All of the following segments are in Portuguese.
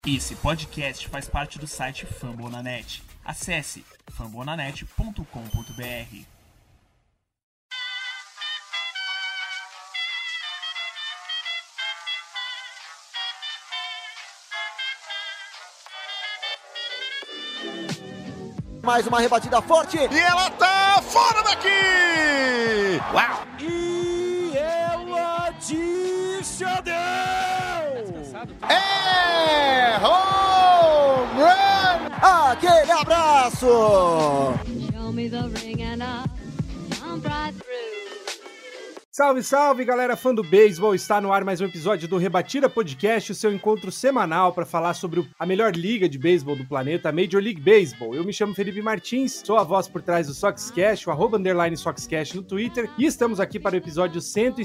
Esse podcast faz parte do site Fambonanet. Acesse fambonanet.com.br. Mais uma rebatida forte. E ela tá fora daqui! Uau! E ela disse adeus! É home run! Aquele abraço! Show me the ring and I'll jump right through. Salve, salve, galera fã do beisebol! Está no ar mais um episódio do Rebatida Podcast, o seu encontro semanal para falar sobre a melhor liga de beisebol do planeta, a Major League Baseball. Eu me chamo Felipe Martins, sou a voz por trás do SoxCast, o @SoxCast no Twitter, e estamos aqui para o episódio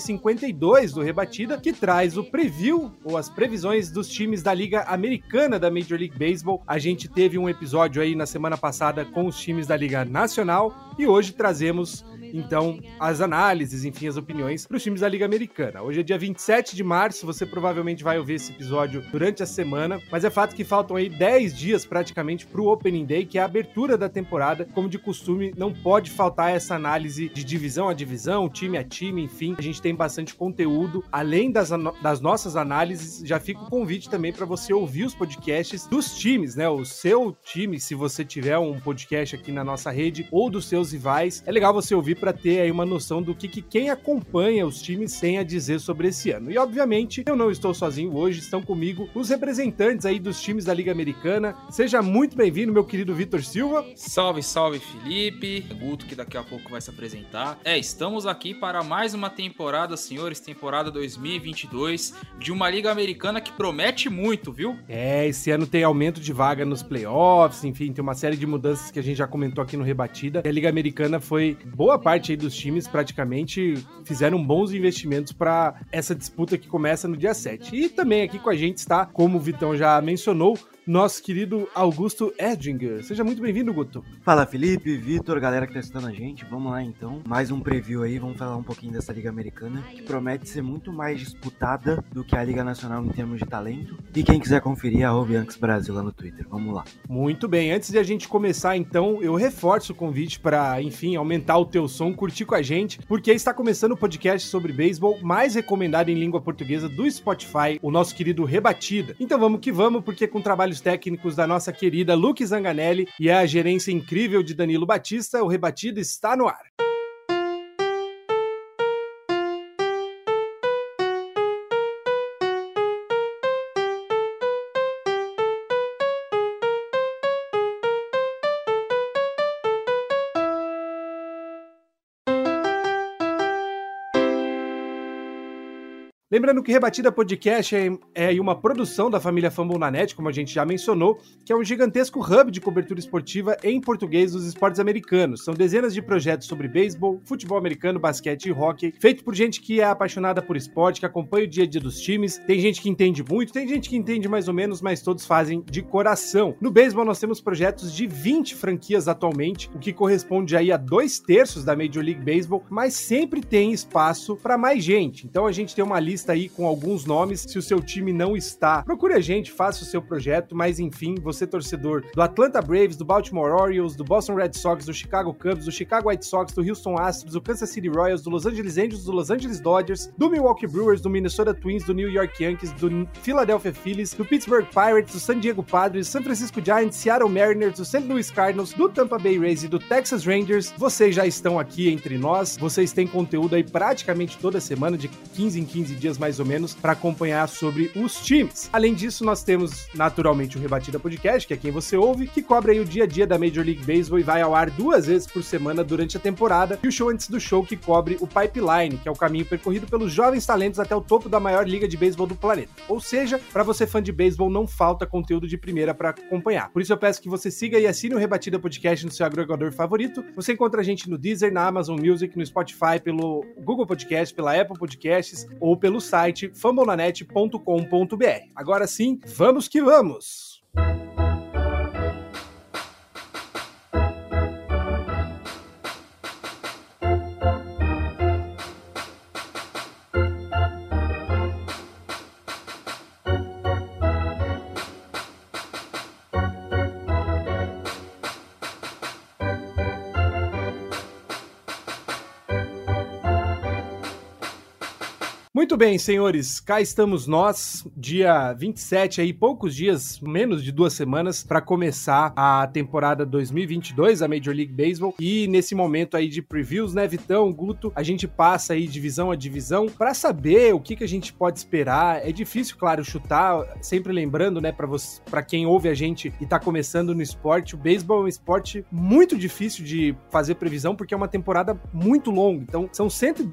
152 do Rebatida, que traz o preview, ou as previsões dos times da Liga Americana da Major League Baseball. A gente teve um episódio aí na semana passada com os times da Liga Nacional, e hoje trazemos então as análises, enfim, as opiniões para os times da Liga Americana. Hoje é dia 27 de março, você provavelmente vai ouvir esse episódio durante a semana, mas é fato que faltam aí 10 dias praticamente para o Opening Day, que é a abertura da temporada. Como de costume, não pode faltar essa análise de divisão a divisão, time a time, enfim, a gente tem bastante conteúdo. Além das nossas análises, já fica o convite também para você ouvir os podcasts dos times, né? O seu time, se você tiver um podcast aqui na nossa rede, ou dos seus rivais, é legal você ouvir para ter aí uma noção do que quem acompanha os times tem a dizer sobre esse ano. E obviamente, eu não estou sozinho hoje, estão comigo os representantes aí dos times da Liga Americana. Seja muito bem-vindo, meu querido Vitor Silva. Salve, salve, Felipe. Guto, que daqui a pouco vai se apresentar. Estamos aqui para mais uma temporada, senhores, temporada 2022, de uma Liga Americana que promete muito, viu? Esse ano tem aumento de vaga nos playoffs, enfim, tem uma série de mudanças que a gente já comentou aqui no Rebatida. E a Liga Americana foi boa parte aí dos times praticamente fizeram bons investimentos para essa disputa que começa no dia 7. E também aqui com a gente está, como o Vitão já mencionou, nosso querido Augusto Edinger. Seja muito bem-vindo, Guto. Fala, Felipe, Vitor, galera que tá assistindo a gente. Vamos lá, então. Mais um preview aí, vamos falar um pouquinho dessa Liga Americana, que promete ser muito mais disputada do que a Liga Nacional em termos de talento. E quem quiser conferir, @Yankees Brasil lá no Twitter. Vamos lá. Muito bem. Antes de a gente começar, então, eu reforço o convite para, enfim, aumentar o teu som, curtir com a gente, porque está começando o podcast sobre beisebol mais recomendado em língua portuguesa do Spotify, o nosso querido Rebatida. Então vamos que vamos, porque com trabalhos técnicos da nossa querida Luke Zanganelli e a gerência incrível de Danilo Batista, o Rebatida está no ar. Lembrando que Rebatida Podcast é uma produção da família Fambonanet, como a gente já mencionou, que é um gigantesco hub de cobertura esportiva em português dos esportes americanos. São dezenas de projetos sobre beisebol, futebol americano, basquete e hóquei, feito por gente que é apaixonada por esporte, que acompanha o dia a dia dos times. Tem gente que entende muito, tem gente que entende mais ou menos, mas todos fazem de coração. No beisebol nós temos projetos de 20 franquias atualmente, o que corresponde aí a 2/3 da Major League Baseball, mas sempre tem espaço para mais gente. Então a gente tem uma lista aí com alguns nomes. Se o seu time não está, procure a gente, faça o seu projeto, mas enfim, você torcedor do Atlanta Braves, do Baltimore Orioles, do Boston Red Sox, do Chicago Cubs, do Chicago White Sox, do Houston Astros, do Kansas City Royals, do Los Angeles Angels, do Los Angeles Dodgers, do Milwaukee Brewers, do Minnesota Twins, do New York Yankees, do Philadelphia Phillies, do Pittsburgh Pirates, do San Diego Padres, San Francisco Giants, Seattle Mariners, do St. Louis Cardinals, do Tampa Bay Rays e do Texas Rangers, vocês já estão aqui entre nós, vocês têm conteúdo aí praticamente toda semana, de 15 em 15 dias mais ou menos, para acompanhar sobre os times. Além disso, nós temos naturalmente o Rebatida Podcast, que é quem você ouve, que cobre aí o dia a dia da Major League Baseball e vai ao ar 2 vezes por semana durante a temporada, e o Show Antes do Show, que cobre o Pipeline, que é o caminho percorrido pelos jovens talentos até o topo da maior liga de beisebol do planeta. Ou seja, para você fã de beisebol, não falta conteúdo de primeira para acompanhar. Por isso eu peço que você siga e assine o Rebatida Podcast no seu agregador favorito. Você encontra a gente no Deezer, na Amazon Music, no Spotify, pelo Google Podcast, pela Apple Podcasts ou pelo site fambonanet.com.br. Agora sim, vamos que vamos! Muito bem, senhores, cá estamos nós, dia 27 aí, poucos dias, menos de 2 semanas, para começar a temporada 2022 da Major League Baseball, e nesse momento aí de previews, né, Vitão, Guto, a gente passa aí divisão a divisão para saber o que a gente pode esperar. É difícil, claro, chutar, sempre lembrando, né, para quem ouve a gente e tá começando no esporte, o beisebol é um esporte muito difícil de fazer previsão, porque é uma temporada muito longa, então são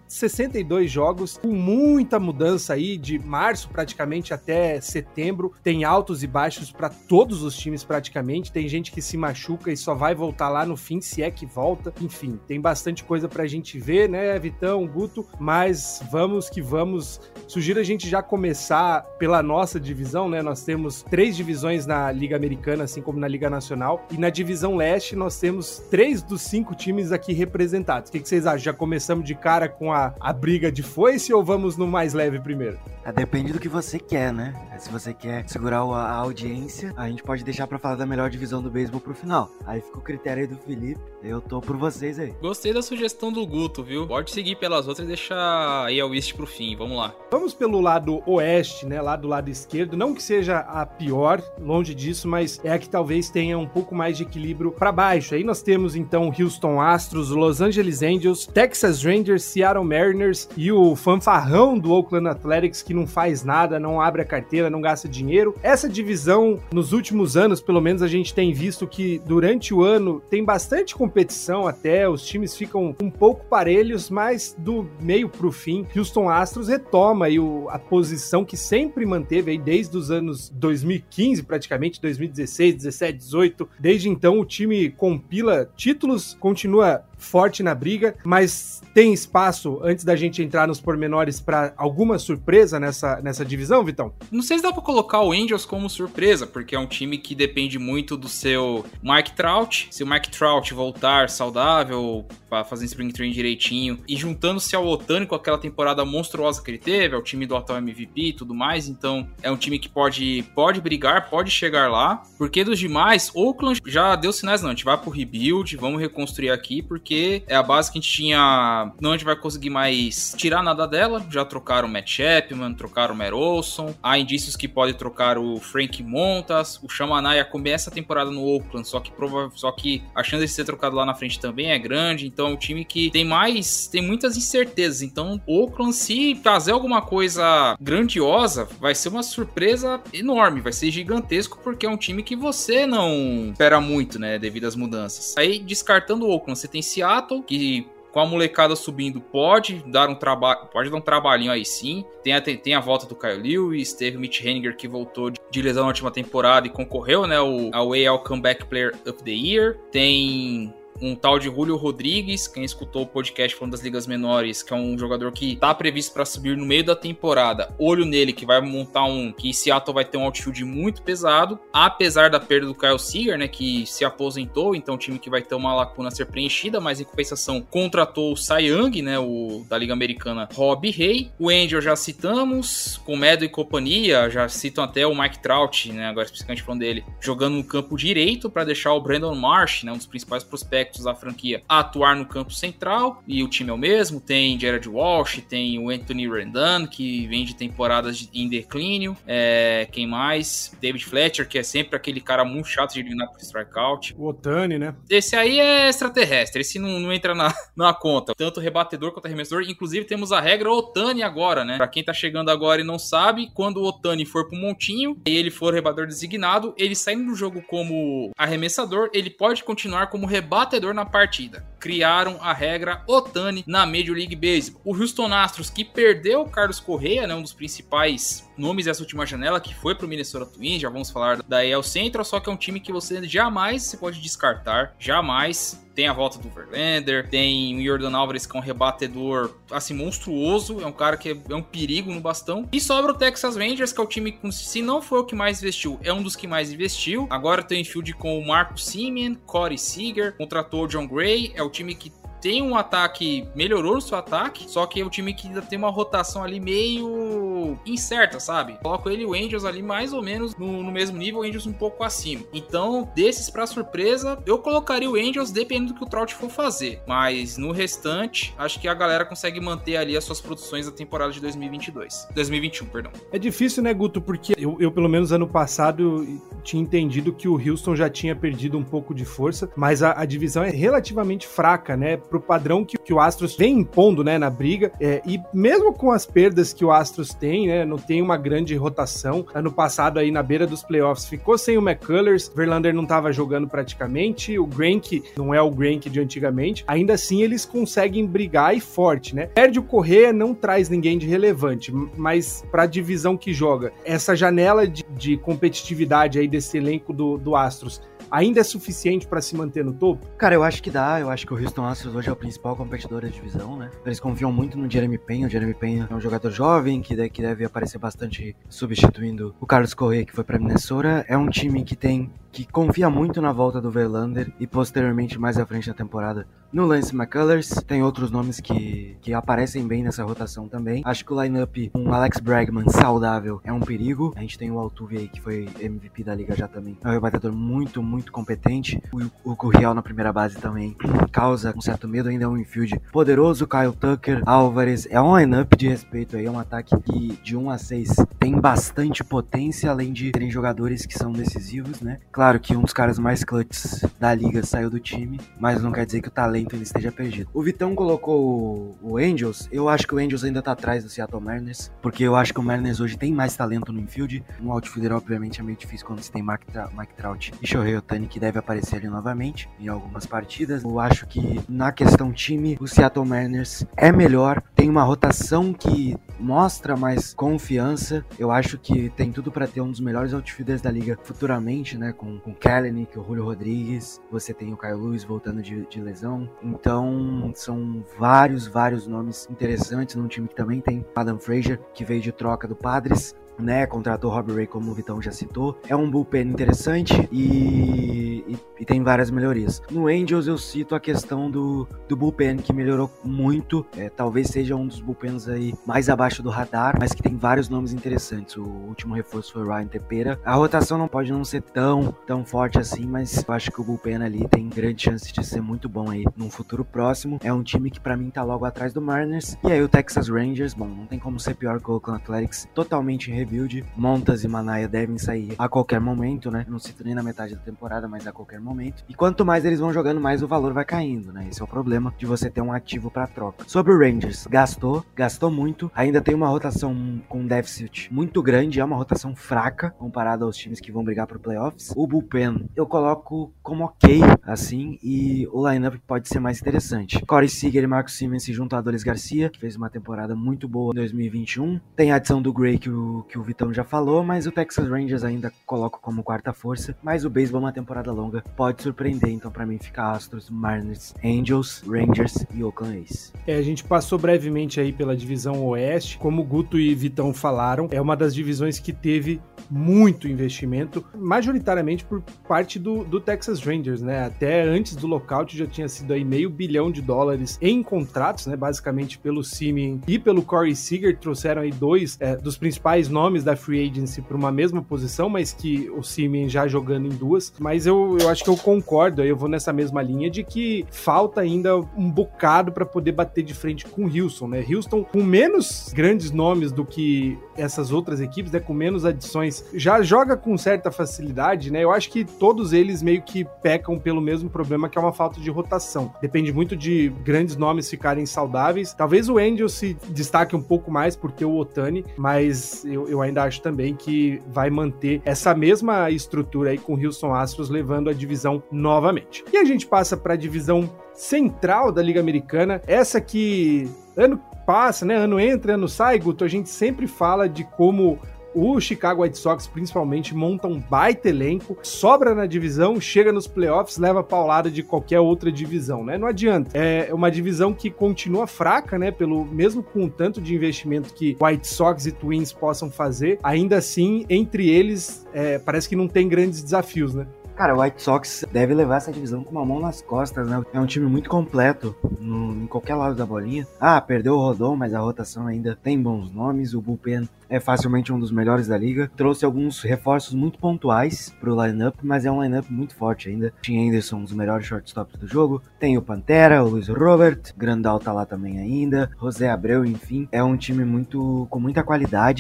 162 jogos, com muita mudança aí, de março praticamente até setembro, tem altos e baixos para todos os times praticamente, tem gente que se machuca e só vai voltar lá no fim, se é que volta, enfim, tem bastante coisa pra gente ver, né, Vitão, Guto, mas vamos que vamos. Sugiro a gente já começar pela nossa divisão, né, nós temos 3 divisões na Liga Americana, assim como na Liga Nacional, e na divisão leste nós temos 3 dos 5 times aqui representados. O que vocês acham? Já começamos de cara com a briga de foice ou vamos no mais leve primeiro? Depende do que você quer, né? Se você quer segurar a audiência, a gente pode deixar pra falar da melhor divisão do beisebol pro final. Aí fica o critério aí do Felipe. Eu tô por vocês aí. Gostei da sugestão do Guto, viu? Pode seguir pelas outras e deixar aí a West pro fim. Vamos lá. Vamos pelo lado oeste, né? Lá do lado esquerdo. Não que seja a pior, longe disso, mas é a que talvez tenha um pouco mais de equilíbrio pra baixo. Aí nós temos então Houston Astros, Los Angeles Angels, Texas Rangers, Seattle Mariners e o fanfarrão do Oakland Athletics, que não faz nada, não abre a carteira, não gasta dinheiro. Essa divisão, nos últimos anos, pelo menos, a gente tem visto que durante o ano tem bastante competição até, os times ficam um pouco parelhos, mas do meio pro fim, Houston Astros retoma aí a posição que sempre manteve aí desde os anos 2015, praticamente, 2016, 17, 18. Desde então, o time compila títulos, continua forte na briga, mas tem espaço, antes da gente entrar nos pormenores, para alguma surpresa nessa divisão, Vitão? Não sei se dá pra colocar o Angels como surpresa, porque é um time que depende muito do seu Mike Trout. Se o Mike Trout voltar saudável, pra fazer Spring Training direitinho, e juntando-se ao Ohtani com aquela temporada monstruosa que ele teve, é o time do atual MVP e tudo mais, então é um time que pode brigar, pode chegar lá, porque dos demais, Oakland já deu sinais, não, a gente vai pro rebuild, vamos reconstruir aqui, porque é a base que a gente tinha, não a gente vai conseguir mais tirar nada dela, já trocaram o Matt Chapman, trocaram o Matt Olson, há indícios que pode trocar o Frank Montas, o Shamanaya começa a temporada no Oakland, só que a chance de ser trocado lá na frente também é grande, então é um time que tem muitas incertezas, então Oakland, se fazer alguma coisa grandiosa, vai ser uma surpresa enorme, vai ser gigantesco, porque é um time que você não espera muito, né, devido às mudanças. Aí, descartando o Oakland, você tem Seattle, que com a molecada subindo pode dar um trabalhinho aí sim. Tem a volta do Kyle Lewis, teve o Mitch Haniger que voltou de lesão na última temporada e concorreu, né, ao AL Comeback Player of the Year. Tem um tal de Julio Rodrigues, quem escutou o podcast falando das ligas menores, que é um jogador que tá previsto para subir no meio da temporada. Olho nele, que vai montar que Seattle vai ter um outfield muito pesado, apesar da perda do Kyle Seager, né, que se aposentou, então um time que vai ter uma lacuna a ser preenchida, mas em compensação contratou o Cy Young, né, o da Liga Americana, Robbie Ray. O Angel já citamos, com Medo e companhia, já citam até o Mike Trout, né, agora especificamente falando dele, jogando no campo direito para deixar o Brandon Marsh, né, um dos principais prospectos da franquia, a atuar no campo central, e o time é o mesmo, tem Jared Walsh, tem o Anthony Rendon, que vem de temporadas em declínio, quem mais? David Fletcher, que é sempre aquele cara muito chato de eliminar por strikeout. O Ohtani, né? Esse aí é extraterrestre, esse não entra na conta, tanto rebatedor quanto arremessador, inclusive temos a regra Ohtani agora, né? Pra quem tá chegando agora e não sabe, quando o Ohtani for pro montinho, e ele for rebatedor designado, ele saindo do jogo como arremessador, ele pode continuar como rebatedor na partida. Criaram a regra Ohtani na Major League Baseball. O Houston Astros, que perdeu o Carlos Correa, né, um dos principais nomes dessa última janela, que foi pro Minnesota Twins, já vamos falar da AL Central, só que é um time que você jamais pode descartar, jamais. Tem a volta do Verlander, tem o Yordan Alvarez, que é um rebatedor, assim, monstruoso, é um cara que é um perigo no bastão. E sobra o Texas Rangers, que é o time que, se não foi o que mais investiu, é um dos que mais investiu. Agora tem infield com o Marcus Semien, Corey Seager, contratou o John Gray, é o time que tem um ataque, melhorou o seu ataque, só que é um time que ainda tem uma rotação ali meio meio incerta, sabe? Coloco ele e o Angels ali mais ou menos no mesmo nível, o Angels um pouco acima. Então, desses pra surpresa, eu colocaria o Angels dependendo do que o Trout for fazer. Mas no restante, acho que a galera consegue manter ali as suas produções da temporada de 2021, perdão. É difícil, né, Guto? Porque eu pelo menos ano passado, tinha entendido que o Houston já tinha perdido um pouco de força, mas a divisão é relativamente fraca, né? Pro padrão que o Astros vem impondo, né, na briga. E mesmo com as perdas que o Astros tem, né, não tem uma grande rotação. Ano passado aí na beira dos playoffs ficou sem o McCullers, Verlander não estava jogando praticamente, o Greinke não é o Greinke de antigamente. Ainda assim eles conseguem brigar e forte, né? Perde o Correa, não traz ninguém de relevante, mas pra divisão que joga, essa janela de competitividade aí desse elenco do Astros ainda é suficiente pra se manter no topo? Cara, eu acho que dá. Eu acho que o Houston Astros hoje é o principal competidor da divisão, né? Eles confiam muito no Jeremy Pena. O Jeremy Pena é um jogador jovem que deve aparecer bastante substituindo o Carlos Correa, que foi pra Minnesota. É um time que confia muito na volta do Verlander e posteriormente, mais à frente da temporada, no Lance McCullers. Tem outros nomes que aparecem bem nessa rotação também. Acho que o lineup com Alex Bregman saudável é um perigo. A gente tem o Altuve aí, que foi MVP da liga já também. É um rebatedor muito competente. O Gurriel na primeira base também causa um certo medo. Ainda é um infield poderoso. Kyle Tucker, Álvares. É um lineup de respeito aí. É um ataque que de 1 a 6 tem bastante potência, além de terem jogadores que são decisivos, né? Claro que um dos caras mais clutches da liga saiu do time, mas não quer dizer que o talento ele esteja perdido. O Vitão colocou o Angels. Eu acho que o Angels ainda tá atrás do Seattle Mariners, porque eu acho que o Mariners hoje tem mais talento no infield. No outfielder, obviamente, é meio difícil quando você tem Mike Trout e Shohei Ohtani, que deve aparecer ali novamente em algumas partidas. Eu acho que na questão time, o Seattle Mariners é melhor, tem uma rotação que mostra mais confiança. Eu acho que tem tudo para ter um dos melhores outfielders da liga futuramente, né? Com o Kelenic, o Julio Rodrigues, você tem o Kyle Lewis voltando de lesão. Então, são vários nomes interessantes num time que também tem Adam Frazier, que veio de troca do Padres, né, contratou o Robbie Ray, como o Vitão já citou. É um bullpen interessante e tem várias melhorias. No Angels eu cito a questão do bullpen, que melhorou muito. Talvez seja um dos bullpens aí mais abaixo do radar, mas que tem vários nomes interessantes. O último reforço foi o Ryan Tepera. A rotação não pode não ser tão forte assim, mas eu acho que o bullpen ali tem grande chance de ser muito bom aí num futuro próximo. É um time que pra mim tá logo atrás do Mariners. E aí o Texas Rangers, bom, não tem como ser pior que o Oakland Athletics, totalmente rebuild. Montas e Manaea devem sair a qualquer momento, né? Não cito nem na metade da temporada, mas a qualquer momento. E quanto mais eles vão jogando, mais o valor vai caindo, né? Esse é o problema de você ter um ativo pra troca. Sobre o Rangers, gastou muito. Ainda tem uma rotação com um déficit muito grande. É uma rotação fraca comparada aos times que vão brigar pro playoffs. O bullpen eu coloco como ok, assim, e o lineup pode ser mais interessante. Corey Seager e Marcus Siemens se juntam a Adolis Garcia, que fez uma temporada muito boa em 2021. Tem a adição do Gray, que o Vitão já falou, mas o Texas Rangers ainda coloco como quarta força. Mas o beisebol é uma temporada longa, pode surpreender. Então pra mim fica Astros, Mariners, Angels, Rangers e Oakland A's. A gente passou brevemente aí pela divisão Oeste. Como o Guto e Vitão falaram, é uma das divisões que teve muito investimento, majoritariamente por parte do Texas Rangers, né? Até antes do lockout já tinha sido aí $500 milhão em contratos, né? Basicamente pelo Semien e pelo Corey Seager, trouxeram aí dois dos principais nomes da Free Agency para uma mesma posição, mas que o Semien já jogando em duas. Mas eu acho que eu concordo, eu vou nessa mesma linha de que falta ainda um bocado para poder bater de frente com o Houston, né? Houston com menos grandes nomes do que essas outras equipes, né? Com menos adições, já joga com certa facilidade, né? Eu acho que todos eles meio que pecam pelo mesmo problema, que é uma falta de rotação. Depende muito de grandes nomes ficarem saudáveis. Talvez o Angels se destaque um pouco mais por ter o Ohtani, mas eu ainda acho também que vai manter essa mesma estrutura aí com o Houston Astros levando a divisão novamente. E a gente passa para a divisão central da Liga Americana, essa que ano passa, né? Ano entra, ano sai, Guto, a gente sempre fala de como o Chicago White Sox, principalmente, monta um baita elenco, sobra na divisão, chega nos playoffs, leva paulada de qualquer outra divisão, né? Não adianta. É uma divisão que continua fraca, né? Mesmo com o tanto de investimento que White Sox e Twins possam fazer, ainda assim, entre eles, parece que não tem grandes desafios, né? Cara, o White Sox deve levar essa divisão com uma mão nas costas, né? É um time muito completo em qualquer lado da bolinha. Perdeu o Rodon, mas a rotação ainda tem bons nomes. O bullpen é facilmente um dos melhores da liga. Trouxe alguns reforços muito pontuais pro lineup, mas é um lineup muito forte ainda. Tim Anderson, um dos melhores shortstops do jogo. Tem o Pantera, o Luiz Robert, Grandal tá lá também ainda, José Abreu, enfim. É um time com muita qualidade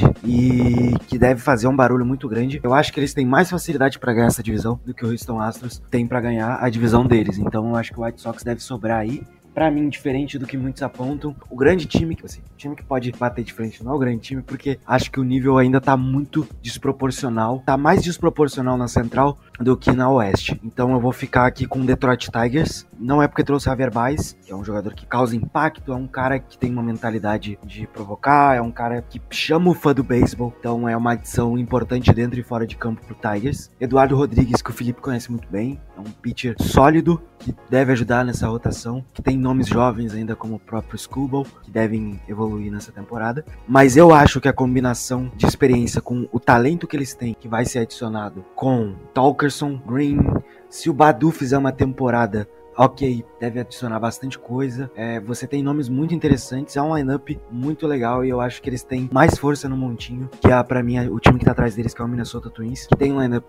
e que deve fazer um barulho muito grande. Eu acho que eles têm mais facilidade para ganhar essa divisão do que o Houston Astros tem para ganhar a divisão deles. Então eu acho que o White Sox deve sobrar aí. Pra mim, diferente do que muitos apontam, o grande time, o time que pode bater de frente não é o grande time, porque acho que o nível ainda tá muito desproporcional, tá mais desproporcional na Central do que na Oeste. Então eu vou ficar aqui com o Detroit Tigers, não é porque trouxe Javier Baez, que é um jogador que causa impacto, é um cara que tem uma mentalidade de provocar, é um cara que chama o fã do beisebol, então é uma adição importante dentro e fora de campo pro Tigers. Eduardo Rodrigues, que o Felipe conhece muito bem, é um pitcher sólido, que deve ajudar nessa rotação, que tem nomes jovens ainda como o próprio Skubal, que devem evoluir nessa temporada, mas eu acho que a combinação de experiência com o talento que eles têm, que vai ser adicionado com Torkelson, Green, se o Baddoo fizer uma temporada ok, deve adicionar bastante coisa. Você tem nomes muito interessantes, é um lineup muito legal e eu acho que eles têm mais força no montinho que pra mim o time que tá atrás deles, que é o Minnesota Twins, que tem um lineup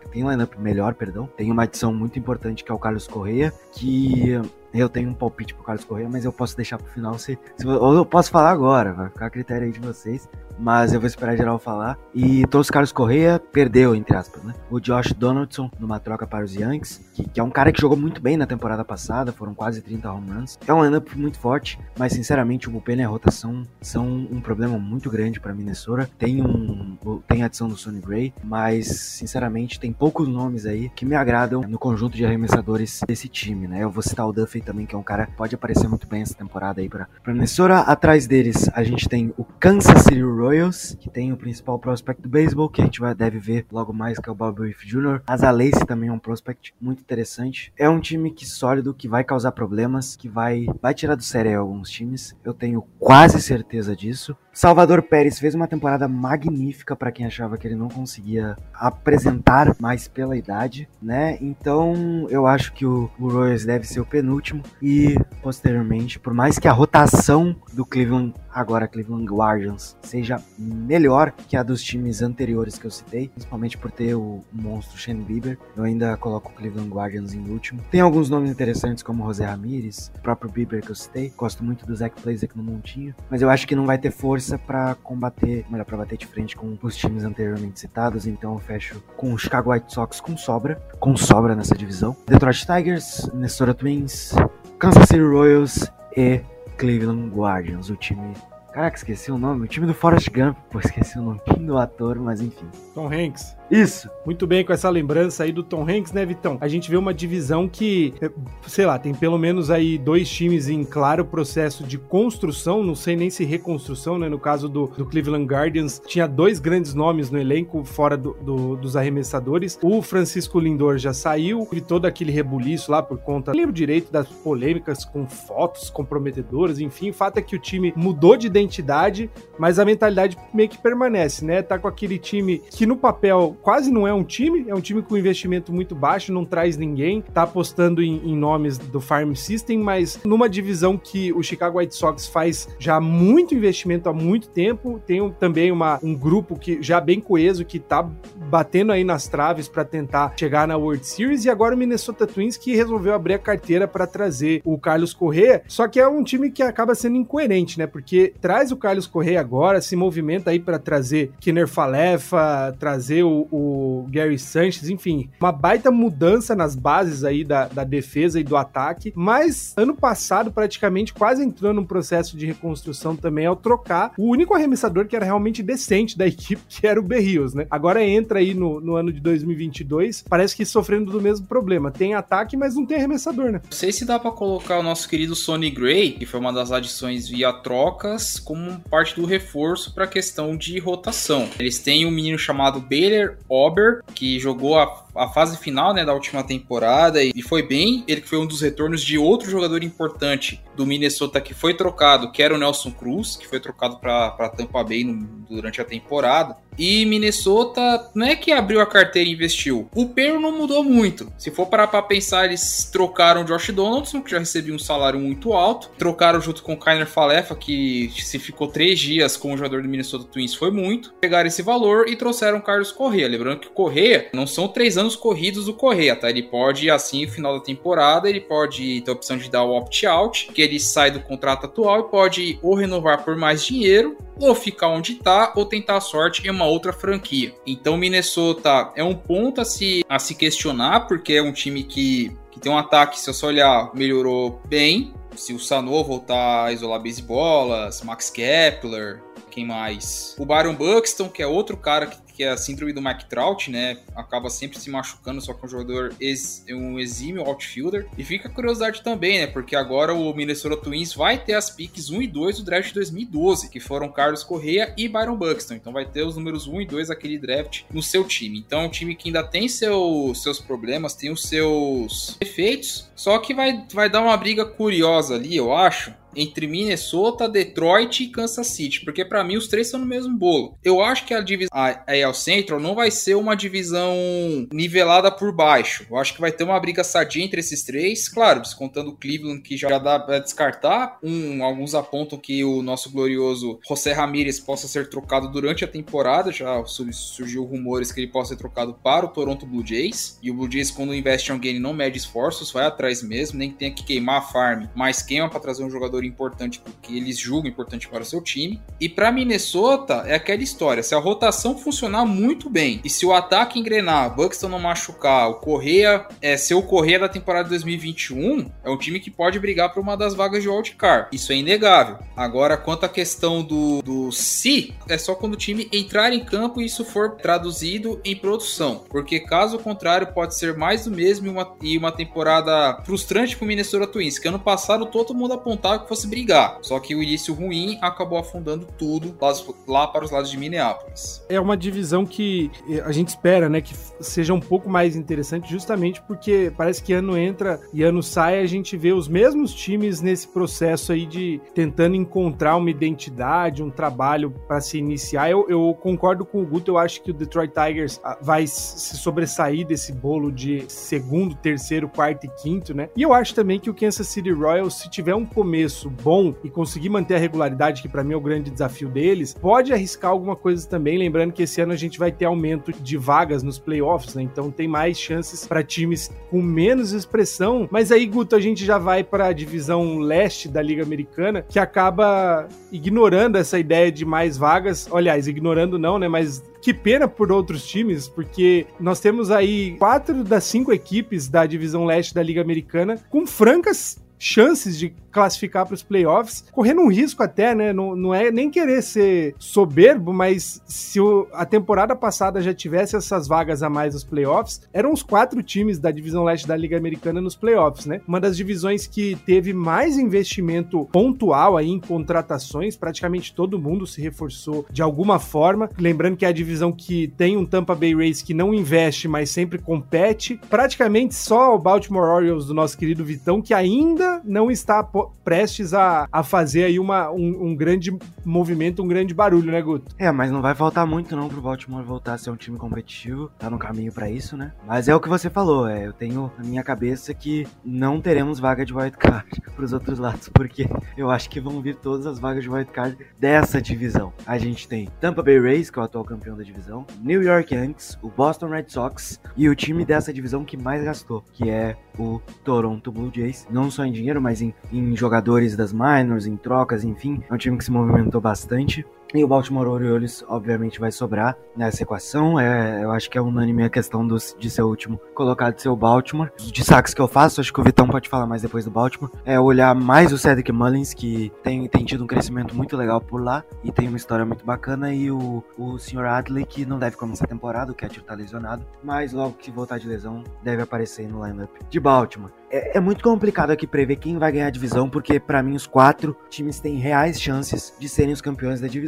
melhor, tem uma adição muito importante que é o Carlos Correa, que eu tenho um palpite pro Carlos Correa, mas eu posso deixar pro final, ou eu posso falar agora, vai ficar a critério aí de vocês, mas eu vou esperar geral falar. E trouxe o Carlos Correa, perdeu, entre aspas, né? O Josh Donaldson, numa troca para os Yankees, que é um cara que jogou muito bem na temporada passada, foram quase 30 home runs. É um lineup muito forte, mas sinceramente o bullpen e a rotação são um problema muito grande para Minnesota. Tem a adição do Sonny Gray, mas sinceramente tem poucos nomes aí que me agradam no conjunto de arremessadores desse time, né? Eu vou citar o Duffy também, que é um cara que pode aparecer muito bem essa temporada aí pra Minnesota. Atrás deles a gente tem o Kansas City Royals, que tem o principal prospect do beisebol, que a gente deve ver logo mais, que é o Bob Witt Jr. Azalea também é um prospect muito interessante. É um time sólido, que vai causar problemas, que vai tirar do sério alguns times. Eu tenho quase certeza disso. Salvador Pérez fez uma temporada magnífica para quem achava que ele não conseguia apresentar mais pela idade, né? Então eu acho que o Royals deve ser o penúltimo e posteriormente, por mais que a rotação do Cleveland Guardians seja melhor que a dos times anteriores que eu citei, principalmente por ter o monstro Shane Bieber, eu ainda coloco o Cleveland Guardians em último. Tem alguns nomes interessantes como José Ramírez, o próprio Bieber que eu citei, gosto muito do Zach Plesac no montinho, mas eu acho que não vai ter força para bater de frente com os times anteriormente citados, então eu fecho com o Chicago White Sox com sobra nessa divisão, Detroit Tigers, Minnesota Twins, Kansas City Royals e Cleveland Guardians, o time... Caraca, esqueci o nome. O time do Forrest Gump. Pô, esqueci o nome do ator, mas enfim. Tom Hanks. Isso. Muito bem com essa lembrança aí do Tom Hanks, né, Vitão? A gente vê uma divisão que, sei lá, tem pelo menos aí 2 times em claro processo de construção, não sei nem se reconstrução, né? No caso do Cleveland Guardians, tinha 2 grandes nomes no elenco, fora dos arremessadores. O Francisco Lindor já saiu, e todo aquele rebuliço lá por conta, não lembro direito, das polêmicas com fotos comprometedoras, enfim. O fato é que o time mudou de identidade, mas a mentalidade meio que permanece, né? Tá com aquele time que no papel quase não é um time com investimento muito baixo, não traz ninguém, tá apostando em nomes do Farm System, mas numa divisão que o Chicago White Sox faz já muito investimento há muito tempo, tem também um grupo que já bem coeso, que tá batendo aí nas traves para tentar chegar na World Series, e agora o Minnesota Twins que resolveu abrir a carteira para trazer o Carlos Correa, só que é um time que acaba sendo incoerente, né? Porque traz o Carlos Correa agora, se movimenta aí para trazer Kiner Falefa, trazer o Gary Sanchez, enfim, uma baita mudança nas bases aí da defesa e do ataque, mas ano passado praticamente quase entrou num processo de reconstrução também ao trocar o único arremessador que era realmente decente da equipe, que era o Berrios, né? Agora entra aí no ano de 2022, parece que sofrendo do mesmo problema, tem ataque, mas não tem arremessador, né? Não sei se dá pra colocar o nosso querido Sonny Gray, que foi uma das adições via trocas, como parte do reforço para a questão de rotação. Eles têm um menino chamado Baylor Ober, que jogou a a fase final, né, da última temporada e foi bem. Ele que foi um dos retornos de outro jogador importante do Minnesota que foi trocado, que era o Nelson Cruz, que foi trocado para Tampa Bay durante a temporada. E Minnesota não é que abriu a carteira e investiu. O payroll não mudou muito. Se for parar pra pensar, eles trocaram o Josh Donaldson, que já recebia um salário muito alto. Trocaram junto com o Kiner Falefa, que se ficou 3 dias como jogador do Minnesota Twins foi muito. Pegaram esse valor e trouxeram o Carlos Correa. Lembrando que o Correa não são 3 anos corridos do Correa, tá? Ele pode, assim, no final da temporada, ele pode ter a opção de dar o opt-out, que ele sai do contrato atual e pode ou renovar por mais dinheiro, ou ficar onde tá, ou tentar a sorte em uma outra franquia. Então Minnesota é um ponto a se questionar, porque é um time que tem um ataque, se eu só olhar, melhorou bem. Se o Sano voltar a isolar basebolas, Max Kepler, quem mais? O Byron Buxton, que é outro cara que é a síndrome do Mike Trout, né? Acaba sempre se machucando, só que é um jogador um exímio outfielder. E fica a curiosidade também, né? Porque agora o Minnesota Twins vai ter as picks 1 e 2 do draft de 2012, que foram Carlos Correa e Byron Buxton. Então vai ter os números 1 e 2 daquele draft no seu time. Então é um time que ainda tem seus problemas, tem os seus defeitos, só que vai dar uma briga curiosa ali, eu acho, entre Minnesota, Detroit e Kansas City, porque para mim os 3 são no mesmo bolo. Eu acho que a AL Central não vai ser uma divisão nivelada por baixo. Eu acho que vai ter uma briga sadia entre esses 3, claro, descontando o Cleveland, que já dá para descartar. Alguns apontam que o nosso glorioso José Ramírez possa ser trocado durante a temporada, já surgiu rumores que ele possa ser trocado para o Toronto Blue Jays, e o Blue Jays, quando investe em alguém, ele não mede esforços, vai atrás mesmo, nem que tenha que queimar a farm, mas queima para trazer um jogador importante porque eles julgam importante para o seu time. E para Minnesota é aquela história, se a rotação funcionar muito bem e se o ataque engrenar, Buxton não machucar, o Correa ser o Correa da temporada 2021, é um time que pode brigar por uma das vagas de wildcard, isso é inegável. Agora, quanto à questão do se, é só quando o time entrar em campo e isso for traduzido em produção, porque caso contrário pode ser mais do mesmo e uma temporada frustrante para o Minnesota Twins, que ano passado todo mundo apontava que fosse brigar, só que o início ruim acabou afundando tudo lá para os lados de Minneapolis. É uma divisão que a gente espera, né, que seja um pouco mais interessante, justamente porque parece que ano entra e ano sai, a gente vê os mesmos times nesse processo aí de tentando encontrar uma identidade, um trabalho para se iniciar. Eu concordo com o Guto, eu acho que o Detroit Tigers vai se sobressair desse bolo de segundo, terceiro, quarto e quinto, né? E eu acho também que o Kansas City Royals, se tiver um começo bom e conseguir manter a regularidade, que para mim é o grande desafio deles, pode arriscar alguma coisa também, lembrando que esse ano a gente vai ter aumento de vagas nos playoffs, né? Então tem mais chances para times com menos expressão. Mas aí, Guto, a gente já vai para a divisão leste da Liga Americana, que acaba ignorando essa ideia de mais vagas. Aliás, ignorando não, né? Mas que pena por outros times, porque nós temos aí 4 das 5 equipes da divisão leste da Liga Americana com francas chances de classificar para os playoffs, correndo um risco até, né? Não é nem querer ser soberbo, mas se a temporada passada já tivesse essas vagas a mais nos playoffs, eram os 4 times da divisão leste da Liga Americana nos playoffs, né? Uma das divisões que teve mais investimento pontual aí em contratações, praticamente todo mundo se reforçou de alguma forma, lembrando que é a divisão que tem um Tampa Bay Rays que não investe, mas sempre compete, praticamente só o Baltimore Orioles do nosso querido Vitão, que ainda não está prestes a fazer aí um grande movimento, um grande barulho, né, Guto? Mas não vai faltar muito não pro Baltimore voltar a ser um time competitivo, tá no caminho pra isso, né? Mas é o que você falou, eu tenho na minha cabeça que não teremos vaga de wildcard pros outros lados, porque eu acho que vão vir todas as vagas de wildcard dessa divisão. A gente tem Tampa Bay Rays, que é o atual campeão da divisão, New York Yankees, o Boston Red Sox e o time dessa divisão que mais gastou, que é o Toronto Blue Jays, não só em dinheiro, mas em jogadores das minors, em trocas, enfim, é um time que se movimentou bastante. E o Baltimore Orioles, obviamente, vai sobrar nessa equação. Eu acho que é unânime a questão de ser o último colocado de ser o Baltimore. Os destaques que eu faço, acho que o Vitão pode falar mais depois do Baltimore, é olhar mais o Cedric Mullins, que tem tido um crescimento muito legal por lá e tem uma história muito bacana, e o Sr. Adley, que não deve começar a temporada, o Catcher tá lesionado, mas logo que voltar de lesão, deve aparecer no lineup de Baltimore. É muito complicado aqui prever quem vai ganhar a divisão, porque pra mim os 4 times têm reais chances de serem os campeões da divisão.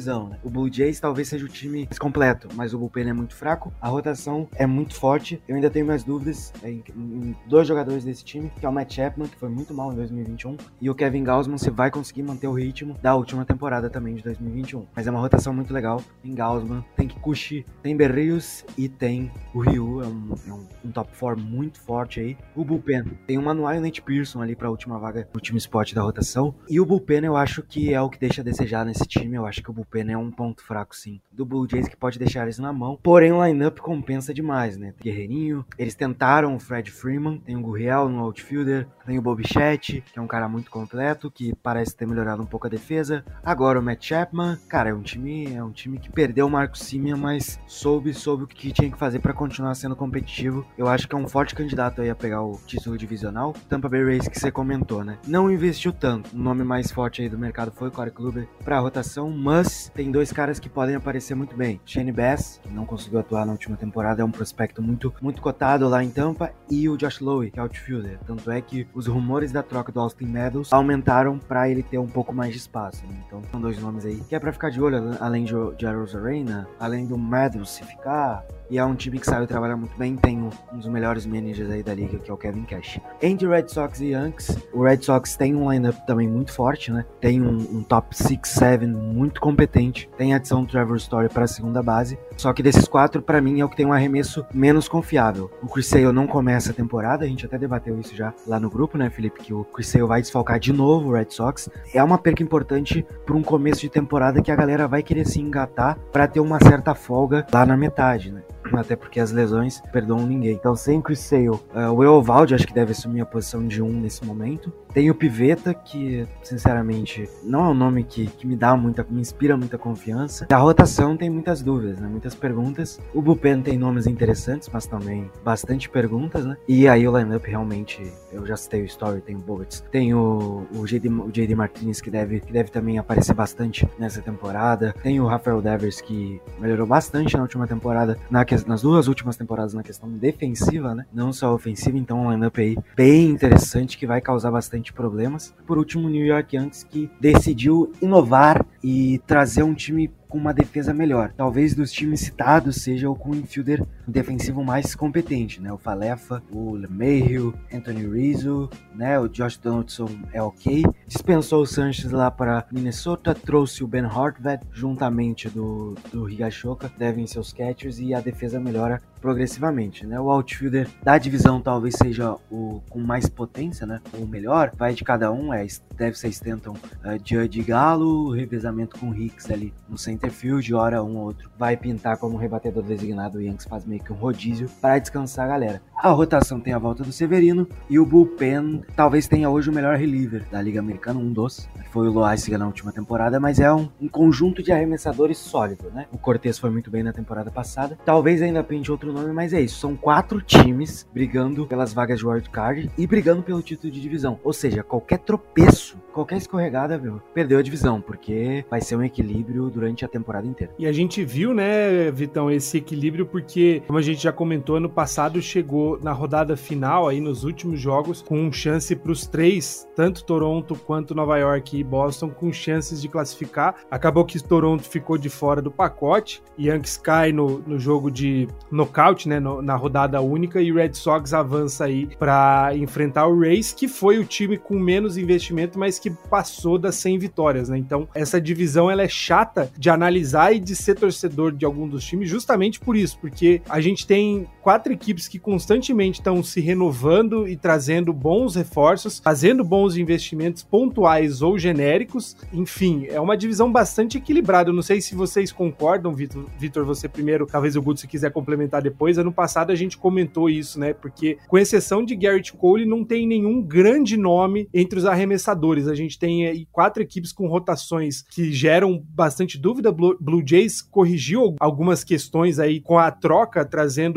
divisão, né? O Blue Jays talvez seja o time mais completo, mas o bullpen é muito fraco, a rotação é muito forte. Eu ainda tenho mais dúvidas em dois jogadores desse time, que é o Matt Chapman, que foi muito mal em 2021, e o Kevin Gausman, se vai conseguir manter o ritmo da última temporada também de 2021. Mas é uma rotação muito legal. Tem Gausman, tem Kikuchi, tem Berrios e tem o Ryu, é um top 4 muito forte aí. O bullpen tem o Manuel e o Nate Pearson ali pra última vaga, o último spot da rotação. E o bullpen eu acho que é o que deixa a desejar nesse time. Eu acho que o bullpen é um ponto fraco, sim, do Blue Jays, que pode deixar eles na mão. Porém, o lineup compensa demais, né? Guerreirinho, eles tentaram o Fred Freeman, tem o Gurriel no outfielder, tem o Bobby Chat, que é um cara muito completo, que parece ter melhorado um pouco a defesa. Agora o Matt Chapman, cara, é um time que perdeu o Marcus Semien, mas soube o que tinha que fazer pra continuar sendo competitivo. Eu acho que é um forte candidato aí a pegar o título divisional. Tampa Bay Rays, que você comentou, né? Não investiu tanto. O nome mais forte aí do mercado foi o Corey Kluber pra rotação, mas tem dois caras que podem aparecer muito bem. Shane Bass, que não conseguiu atuar na última temporada, é um prospecto muito cotado lá em Tampa, e o Josh Lowe, que é outfielder. Tanto é que os rumores da troca do Austin Meadows aumentaram pra ele ter um pouco mais de espaço, né? Então são dois nomes aí que é pra ficar de olho, além de Arozarena, além do Meadows se ficar. E é um time que sabe trabalhar muito bem. Tem um dos melhores managers aí da liga, que é o Kevin Cash. Entre Red Sox e Yankees, o Red Sox tem um lineup também muito forte, né? Tem um top 6, 7 muito competente. Tem a adição do Trevor Story para a segunda base. Só que desses quatro, para mim, é o que tem um arremesso menos confiável. O Chris Sale não começa a temporada. A gente até debateu isso já lá no grupo, né, Felipe? Que o Chris Sale vai desfalcar de novo o Red Sox. É uma perca importante para um começo de temporada que a galera vai querer se engatar para ter uma certa folga lá na metade, né? Até porque as lesões perdoam ninguém. Então, sem Chris Sale, o Eovaldi acho que deve assumir a posição de 1 nesse momento. Tem o Pivetta, que, sinceramente, não é um nome que me inspira muita confiança. A rotação tem muitas dúvidas, né? Muitas perguntas. O bullpen tem nomes interessantes, mas também bastante perguntas, né? E aí o lineup realmente, eu já citei o Story, tem o Bogarts, tem o JD Martinez, que deve também aparecer bastante nessa temporada. Tem o Rafael Devers, que melhorou bastante na última temporada, nas duas últimas temporadas na questão defensiva, né? Não só ofensiva, então um lineup aí bem interessante que vai causar bastante problemas. Por último, o New York Yankees, que decidiu inovar e trazer um time com uma defesa melhor. Talvez dos times citados seja o com o infielder defensivo mais competente, né? O Falefa, o LeMahieu, Anthony Rizzo, né? O Josh Donaldson é ok. Dispensou o Sanchez lá para Minnesota, trouxe o Ben Hartvedt juntamente do Higashioka, devem ser os catchers, e a defesa melhora progressivamente, né? O outfielder da divisão talvez seja o com mais potência, né? O melhor, vai de cada um, deve ser Stanton, Judge e Galo, revezamento com Hicks ali no centerfield, hora um ou outro vai pintar como rebatedor designado. O Yankees faz meio que um rodízio para descansar a galera. A rotação tem a volta do Severino, e o bullpen talvez tenha hoje o melhor reliever da Liga Americana, um dos, que foi o Loaiziga na última temporada, mas é um conjunto de arremessadores sólido, né? O Cortez foi muito bem na temporada passada, talvez ainda pinte outro nome, mas é isso, são 4 times brigando pelas vagas de wildcard e brigando pelo título de divisão, ou seja, qualquer tropeço, qualquer escorregada, meu, perdeu a divisão, porque vai ser um equilíbrio durante a temporada inteira. E a gente viu, né, Vitão, esse equilíbrio porque, como a gente já comentou, ano passado chegou na rodada final, aí nos últimos jogos, com chance para os 3, tanto Toronto quanto Nova York e Boston, com chances de classificar. Acabou que Toronto ficou de fora do pacote, Yankees cai no jogo de nocaute, né, na rodada única, e o Red Sox avança aí para enfrentar o Rays, que foi o time com menos investimento, mas que passou das 100 vitórias, né? Então, essa divisão ela é chata de analisar e de ser torcedor de algum dos times, justamente por isso, porque a gente tem 4 equipes que constantemente estão se renovando e trazendo bons reforços, fazendo bons investimentos pontuais ou genéricos. Enfim, é uma divisão bastante equilibrada. Eu não sei se vocês concordam, Vitor, você primeiro, talvez o Guto se quiser complementar depois. Ano passado a gente comentou isso, né? Porque, com exceção de Garrett Cole, não tem nenhum grande nome entre os arremessadores. A gente tem aí 4 equipes com rotações que geram bastante dúvida. Blue Jays corrigiu algumas questões aí com a troca, trazendo o Berrios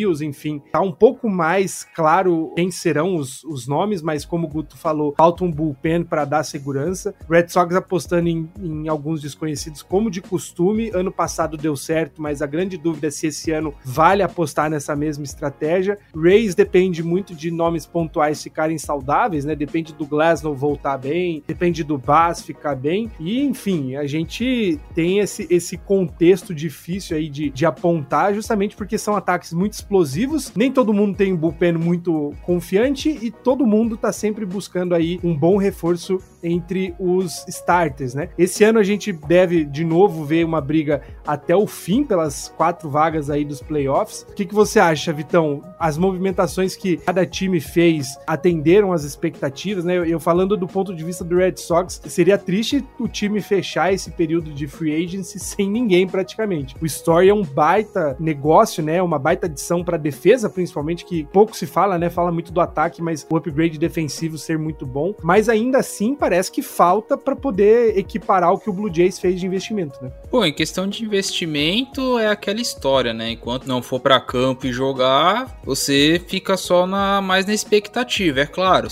Orioles, enfim, tá um pouco mais claro quem serão os nomes, mas como o Guto falou, falta um bullpen para dar segurança. Red Sox apostando em alguns desconhecidos como de costume. Ano passado deu certo, mas a grande dúvida é se esse ano vale apostar nessa mesma estratégia. Rays depende muito de nomes pontuais ficarem saudáveis, né? Depende do Glasnow voltar bem, depende do Bass ficar bem, e enfim, a gente tem esse contexto difícil aí de apontar, justamente porque são ataques muito explosivos, nem todo mundo tem um bullpen muito confiante e todo mundo tá sempre buscando aí um bom reforço entre os starters, né? Esse ano a gente deve de novo ver uma briga até o fim pelas 4 vagas aí dos playoffs. O que você acha, Vitão? As movimentações que cada time fez atenderam às expectativas, né? Eu falando do ponto de vista do Red Sox, seria triste o time fechar esse período de free agency sem ninguém praticamente. O Story é um baita negócio, né? Uma baita adição para defesa, principalmente, que pouco se fala, né? Fala muito do ataque, mas o upgrade defensivo ser muito bom. Mas ainda assim parece que falta para poder equiparar o que o Blue Jays fez de investimento, né? Pô, em questão de investimento é aquela história, né? Enquanto não for para campo e jogar, você fica só mais na expectativa. É claro,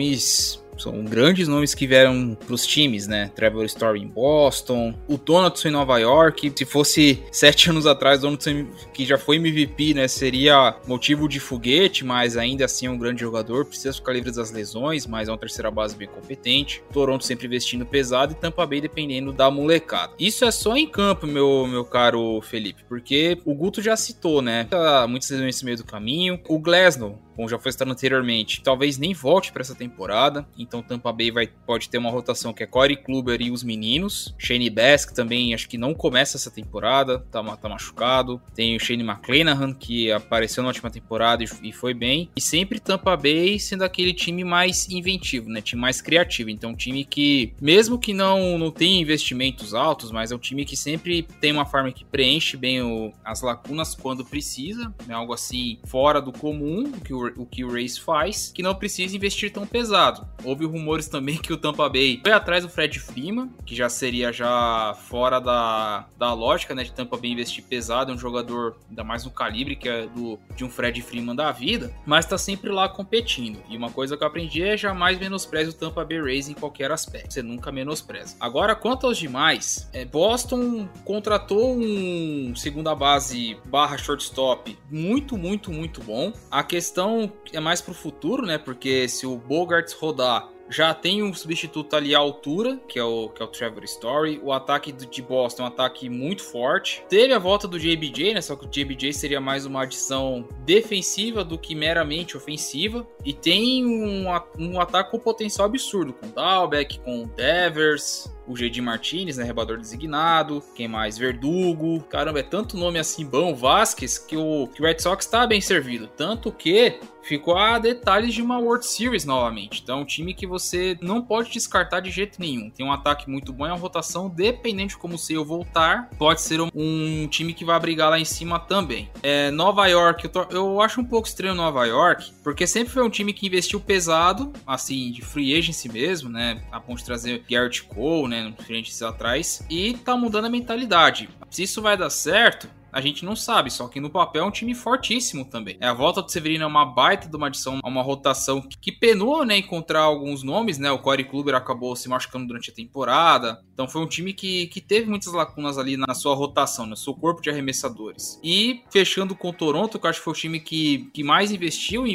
são grandes nomes que vieram pros times, né? Trevor Story em Boston, o Donaldson em Nova York. Se fosse 7 anos atrás, o Donaldson, que já foi MVP, né? Seria motivo de foguete, mas ainda assim é um grande jogador. Precisa ficar livre das lesões, mas é uma terceira base bem competente. Toronto sempre investindo pesado e Tampa Bay dependendo da molecada. Isso é só em campo, meu caro Felipe, porque o Guto já citou, né? Muitas lesões nesse meio do caminho. O Glasnow, como já foi citado anteriormente, talvez nem volte para essa temporada. Então Tampa Bay pode ter uma rotação que é Corey Kluber e os meninos. Shane Bass, que também acho que não começa essa temporada, tá machucado. Tem o Shane McClanahan, que apareceu na última temporada e foi bem. E sempre Tampa Bay sendo aquele time mais inventivo, né? Time mais criativo. Então um time que, mesmo que não tenha investimentos altos, mas é um time que sempre tem uma forma que preenche bem as lacunas quando precisa. É algo assim fora do comum, o que o Rays faz, que não precisa investir tão pesado. Houve rumores também que o Tampa Bay foi atrás do Fred Freeman, que já seria fora da lógica, né, de Tampa Bay investir pesado, é um jogador ainda mais no calibre que é de um Fred Freeman da vida, mas tá sempre lá competindo. E uma coisa que eu aprendi é jamais menospreze o Tampa Bay Rays em qualquer aspecto. Você nunca menospreza. Agora, quanto aos demais, Boston contratou um segunda base / shortstop muito, muito, muito bom. A questão é mais pro futuro, né? Porque se o Bogaerts rodar, já tem um substituto ali à altura, que é o Trevor Story. O ataque de Boston é um ataque muito forte. Teve a volta do JBJ, né? Só que o JBJ seria mais uma adição defensiva do que meramente ofensiva. E tem um ataque com potencial absurdo, com Dalbec, com Devers, o J.D. Martinez, né, rebador designado, quem mais? Verdugo, caramba, é tanto nome assim bom, Vasquez, que o Red Sox tá bem servido, tanto que ficou a detalhes de uma World Series novamente. Então, um time que você não pode descartar de jeito nenhum. Tem um ataque muito bom e uma rotação, dependente de como o Sale voltar, pode ser um time que vai brigar lá em cima também. Nova York, eu acho um pouco estranho Nova York, porque sempre foi um time que investiu pesado, assim, de free agency mesmo, né, a ponto de trazer Garrett Cole, né, frentes atrás, e tá mudando a mentalidade. Se isso vai dar certo, a gente não sabe, só que no papel é um time fortíssimo também. A volta do Severino é uma baita de uma adição, uma rotação que penou, né, encontrar alguns nomes, né, o Corey Kluber acabou se machucando durante a temporada, então foi um time que teve muitas lacunas ali na sua rotação, no seu corpo de arremessadores. E fechando com o Toronto, que eu acho que foi o time que mais investiu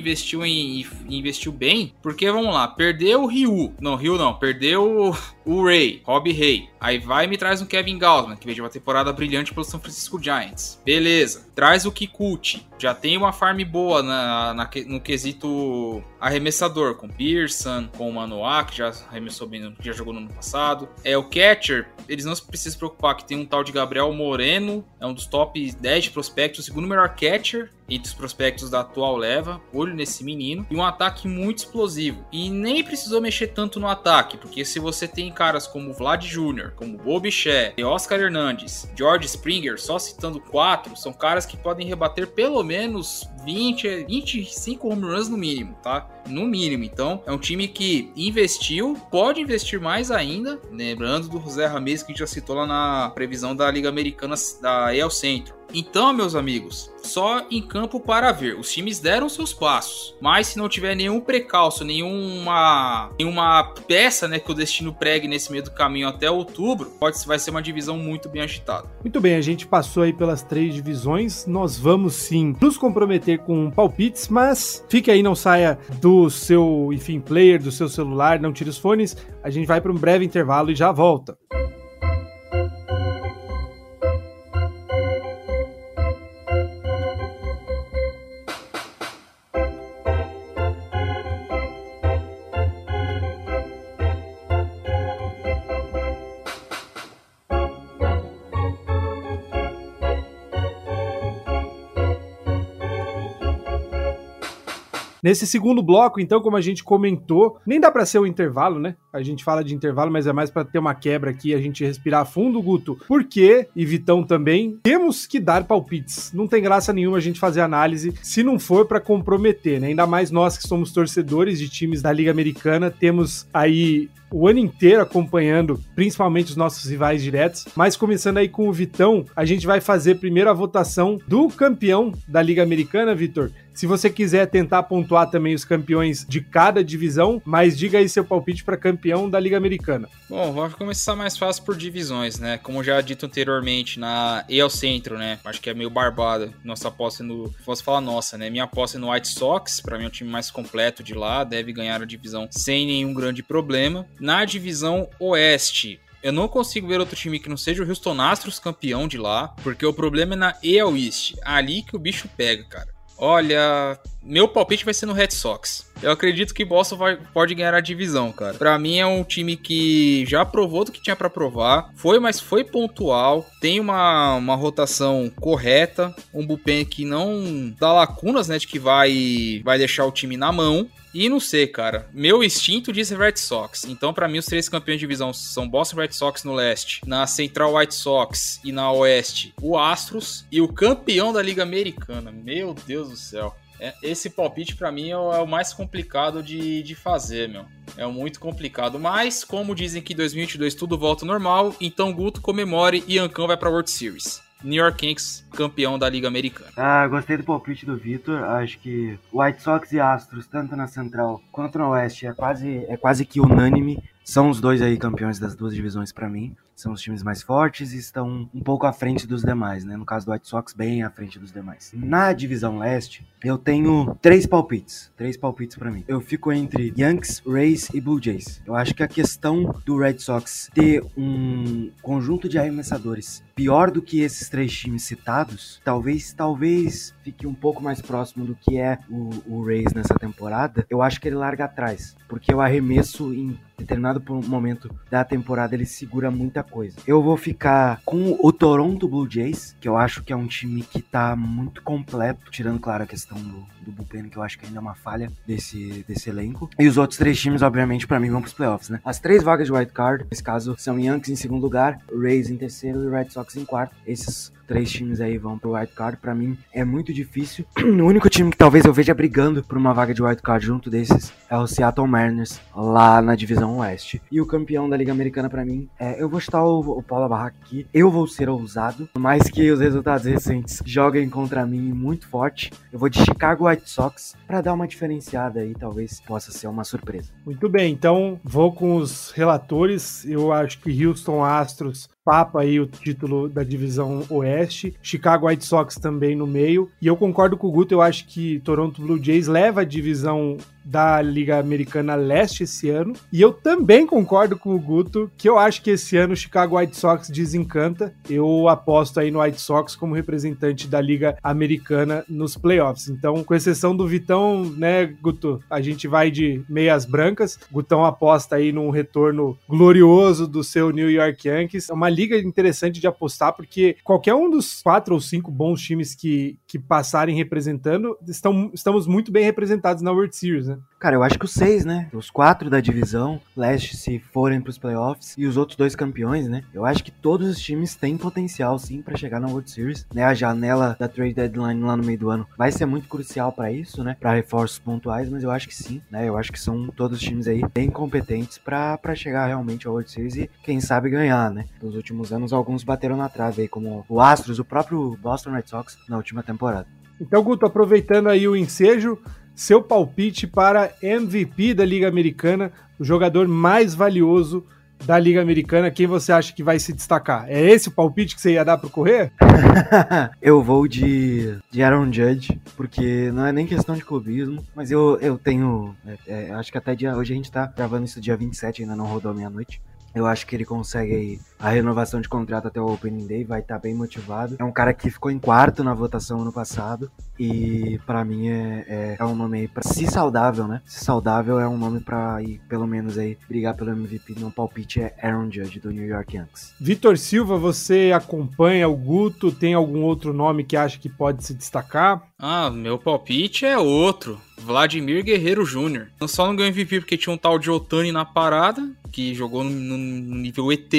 bem, porque vamos lá, perdeu o Ryu não, perdeu o Ray, Robbie Ray, aí vai e me traz um Kevin Gausman, que veio de uma temporada brilhante pelo São Francisco Giants. Beleza, traz o Kikuchi, já tem uma farm boa no quesito arremessador, com Pearson, com o Manoah, que já arremessou bem, já jogou no ano passado. O catcher, eles não precisam se preocupar, que tem um tal de Gabriel Moreno, é um dos top 10 de prospectos, o segundo melhor catcher entre os prospectos da atual leva, olho nesse menino, e um ataque muito explosivo. E nem precisou mexer tanto no ataque, porque se você tem caras como Vlad Jr., como Bo Bichette, Oscar Hernandes, George Springer, só citando 4, são caras que podem rebater pelo menos 25 home runs no mínimo, tá? No mínimo. Então, é um time que investiu, pode investir mais ainda, lembrando do José Ramírez, que a gente já citou lá na previsão da Liga Americana da AL Centro. Então, meus amigos, só em campo para ver. Os times deram seus passos, mas se não tiver nenhum precalço, nenhuma peça, né, que o destino pregue nesse meio do caminho até outubro, vai ser uma divisão muito bem agitada. Muito bem, a gente passou aí pelas 3 divisões, nós vamos sim nos comprometer com palpites, mas fique aí, não saia do seu, player, do seu celular, não tire os fones, a gente vai para um breve intervalo e já volta. Nesse segundo bloco, então, como a gente comentou, nem dá pra ser um intervalo, né? A gente fala de intervalo, mas é mais pra ter uma quebra aqui, a gente respirar fundo, Guto. Porque, e Vitão também, temos que dar palpites. Não tem graça nenhuma a gente fazer análise se não for pra comprometer, né? Ainda mais nós que somos torcedores de times da Liga Americana, temos aí o ano inteiro acompanhando, principalmente os nossos rivais diretos. Mas começando aí com o Vitão, a gente vai fazer primeiro a votação do campeão da Liga Americana, Vitor. Se você quiser tentar pontuar também os campeões de cada divisão, mas diga aí seu palpite para campeão da Liga Americana. Bom, vamos começar mais fácil por divisões, né? Como já dito anteriormente, na AL Centro, né? Acho que é meio barbada. Nossa aposta posso falar nossa, né? Minha aposta é no White Sox, para mim é o time mais completo de lá, deve ganhar a divisão sem nenhum grande problema. Na divisão Oeste, eu não consigo ver outro time que não seja o Houston Astros campeão de lá, porque o problema é na AL East, ali que o bicho pega, cara. Olha, meu palpite vai ser no Red Sox. Eu acredito que Boston pode ganhar a divisão, cara. Pra mim é um time que já provou do que tinha pra provar. Mas foi pontual. Tem uma rotação correta. Um bullpen que não dá lacunas, né? De que vai deixar o time na mão. E não sei, cara. Meu instinto diz Red Sox. Então, pra mim, os 3 campeões de divisão são Boston Red Sox no leste, na Central White Sox e na oeste, o Astros. E o campeão da Liga Americana. Meu Deus do céu. Esse palpite, pra mim, é o mais complicado de fazer, meu. É muito complicado. Mas, como dizem que em 2022 tudo volta ao normal, então Guto comemore e Yancão vai pra World Series. New York Yankees, campeão da Liga Americana. Gostei do palpite do Vitor. Acho que White Sox e Astros, tanto na Central quanto na Oeste, é quase que unânime. São os dois aí campeões das 2 divisões pra mim. São os times mais fortes e estão um pouco à frente dos demais, né? No caso do White Sox, bem à frente dos demais. Na divisão leste, eu tenho 3 palpites. 3 palpites pra mim. Eu fico entre Yankees, Rays e Blue Jays. Eu acho que a questão do Red Sox ter um conjunto de arremessadores pior do que esses 3 times citados, talvez fique um pouco mais próximo do que é o Rays nessa temporada. Eu acho que ele larga atrás, porque o arremesso em determinado momento da temporada ele segura muita coisa. Eu vou ficar com o Toronto Blue Jays, que eu acho que é um time que tá muito completo, tirando, claro, a questão do bullpen, que eu acho que ainda é uma falha desse elenco. E os outros 3 times, obviamente, pra mim, vão pros playoffs, né? As 3 vagas de wild card, nesse caso, são Yankees em segundo lugar, Rays em terceiro e Red Sox em quarto. Esses 3 times aí vão pro wild card. Pra mim, é muito difícil. O único time que talvez eu veja brigando por uma vaga de wild card junto desses é o Seattle Mariners, lá na divisão oeste. E o campeão da Liga Americana, pra mim, eu vou chutar o Paula Barraca aqui. Eu vou ser ousado, mais que os resultados recentes joguem contra mim muito forte. Eu vou de Chicago White Sox pra dar uma diferenciada aí, talvez possa ser uma surpresa. Muito bem, então vou com os relatores. Eu acho que Houston Astros papa aí o título da divisão oeste, Chicago White Sox também no meio, e eu concordo com o Guto, eu acho que Toronto Blue Jays leva a divisão da Liga Americana Leste esse ano, e eu também concordo com o Guto, que eu acho que esse ano o Chicago White Sox desencanta. Eu aposto aí no White Sox como representante da Liga Americana nos playoffs. Então, com exceção do Vitão, né, Guto, a gente vai de meias brancas. Gutão aposta aí num retorno glorioso do seu New York Yankees. É uma liga interessante de apostar, porque qualquer um dos 4 ou 5 bons times que passarem representando, estamos muito bem representados na World Series, né? Cara, eu acho que os 6, né? Os 4 da divisão, leste se forem pros playoffs, e os outros 2 campeões, né? Eu acho que todos os times têm potencial, sim, pra chegar na World Series, né? A janela da trade deadline lá no meio do ano vai ser muito crucial pra isso, né? Pra reforços pontuais, mas eu acho que sim, né? Eu acho que são todos os times aí bem competentes pra chegar realmente à World Series e, quem sabe, ganhar, né? Nos últimos anos, alguns bateram na trave aí, como o Astros, o próprio Boston Red Sox na última temporada. Então, Guto, aproveitando aí o ensejo, seu palpite para MVP da Liga Americana, o jogador mais valioso da Liga Americana, quem você acha que vai se destacar? É esse o palpite que você ia dar pro Correr? Eu vou de Aaron Judge, porque não é nem questão de clubismo, mas eu tenho, acho que até hoje a gente tá gravando isso dia 27, ainda não rodou meia-noite. Eu acho que ele consegue aí a renovação de contrato até o Opening Day, vai estar bem motivado. É um cara que ficou em quarto na votação ano passado e pra mim é um nome aí pra se saudável, né? Se saudável é um nome pra ir, pelo menos aí, brigar pelo MVP. Meu palpite é Aaron Judge do New York Yankees. Vitor Silva, você acompanha o Guto? Tem algum outro nome que acha que pode se destacar? Meu palpite é outro. Vladimir Guerrero Jr. Só não ganhou MVP porque tinha um tal de Ohtani na parada, que jogou no nível ET.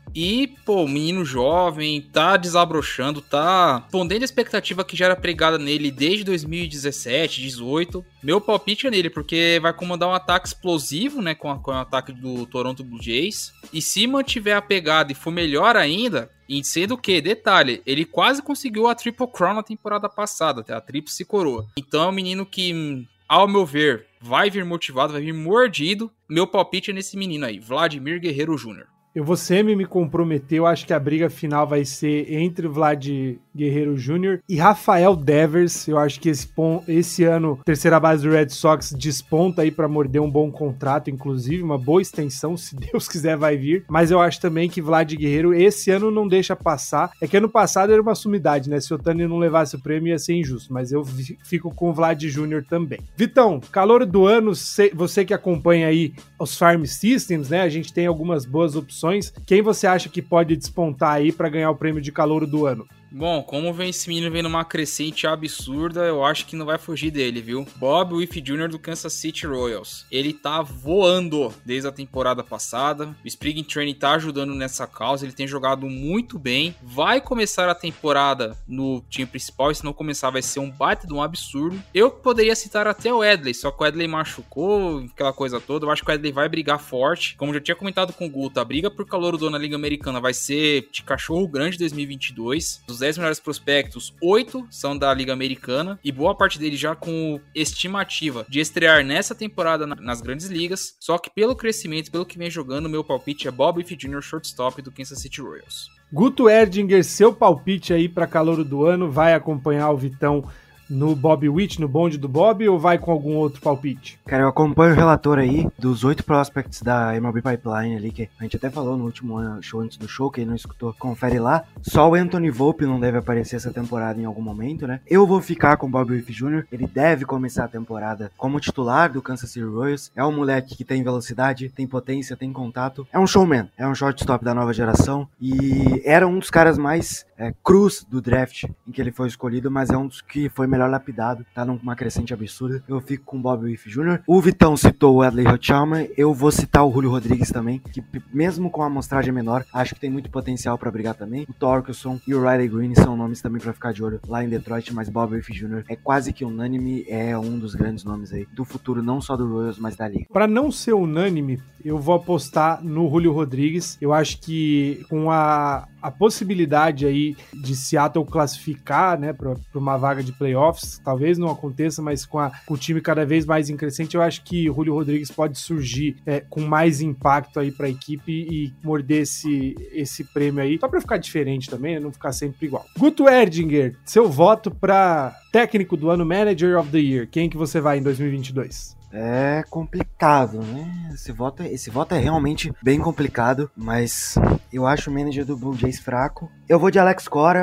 E, pô, o menino jovem, tá desabrochando, tá respondendo a expectativa que já era pregada nele desde 2017, 2018. Meu palpite é nele, porque vai comandar um ataque explosivo, né, com o ataque do Toronto Blue Jays. E se mantiver a pegada e for melhor ainda, e sendo que, detalhe, ele quase conseguiu a Triple Crown na temporada passada, a Tríplice Coroa. Então é um menino que, ao meu ver, vai vir motivado, vai vir mordido. Meu palpite é nesse menino aí, Vladimir Guerrero Jr. Eu vou sempre me comprometer, eu acho que a briga final vai ser entre o Vlad Guerrero Jr. e Rafael Devers. Eu acho que esse ano, terceira base do Red Sox desponta aí para morder um bom contrato, inclusive, uma boa extensão, se Deus quiser vai vir. Mas eu acho também que Vlad Guerrero esse ano não deixa passar. É que ano passado era uma sumidade, né? Se o Ohtani não levasse o prêmio ia ser injusto, mas eu fico com o Vlad Jr. também. Vitão, calor do ano, você que acompanha aí os Farm Systems, né? A gente tem algumas boas opções. Quem você acha que pode despontar aí para ganhar o prêmio de calouro do ano? Bom, como vem esse menino vem numa crescente absurda, eu acho que não vai fugir dele, viu? Bob Witt Jr. do Kansas City Royals. Ele tá voando desde a temporada passada. O Spring Training tá ajudando nessa causa. Ele tem jogado muito bem. Vai começar a temporada no time principal. E se não começar, vai ser um baita de um absurdo. Eu poderia citar até o Edley, só que o Edley machucou, aquela coisa toda. Eu acho que o Edley vai brigar forte. Como já tinha comentado com o Guto, a briga por calouro do ano na Liga Americana vai ser de cachorro grande 2022. Dos 10 melhores prospectos, 8 são da Liga Americana e boa parte deles já com estimativa de estrear nessa temporada nas grandes ligas, só que pelo crescimento, pelo que vem jogando, meu palpite é Bob Witt Jr., shortstop do Kansas City Royals. Guto Erdinger, seu palpite aí para calouro do ano, vai acompanhar o Vitão no Bob Witt, no bonde do Bob, ou vai com algum outro palpite? Cara, eu acompanho o relator aí dos 8 prospects da MLB Pipeline ali, que a gente até falou no último show antes do show, quem não escutou, confere lá. Só o Anthony Volpe não deve aparecer essa temporada em algum momento, né? Eu vou ficar com o Bob Witt Jr., ele deve começar a temporada como titular do Kansas City Royals. É um moleque que tem velocidade, tem potência, tem contato. É um showman, é um shortstop da nova geração e era um dos caras mais cruz do draft em que ele foi escolhido, mas é um dos que foi melhor lapidado, tá numa crescente absurda. Eu fico com o Bob Witt Jr. O Vitão citou o Adley Rutschman, eu vou citar o Julio Rodrigues também, que mesmo com a amostragem menor, acho que tem muito potencial pra brigar também. O Torkelson e o Riley Green são nomes também pra ficar de olho lá em Detroit, mas Bob Witt Jr. é quase que unânime, é um dos grandes nomes aí do futuro, não só do Royals, mas da liga. Pra não ser unânime, eu vou apostar no Julio Rodrigues. Eu acho que com a possibilidade aí de Seattle classificar, né, para uma vaga de playoffs, talvez não aconteça, mas com o time cada vez mais em crescente, eu acho que Julio Rodrigues pode surgir com mais impacto aí para a equipe e morder esse prêmio aí, só para ficar diferente também, né, não ficar sempre igual. Guto Erdinger, seu voto para técnico do ano, Manager of the Year, quem que você vai em 2022? É complicado, né? Esse voto é realmente bem complicado, mas eu acho o manager do Blue Jays fraco. Eu vou de Alex Cora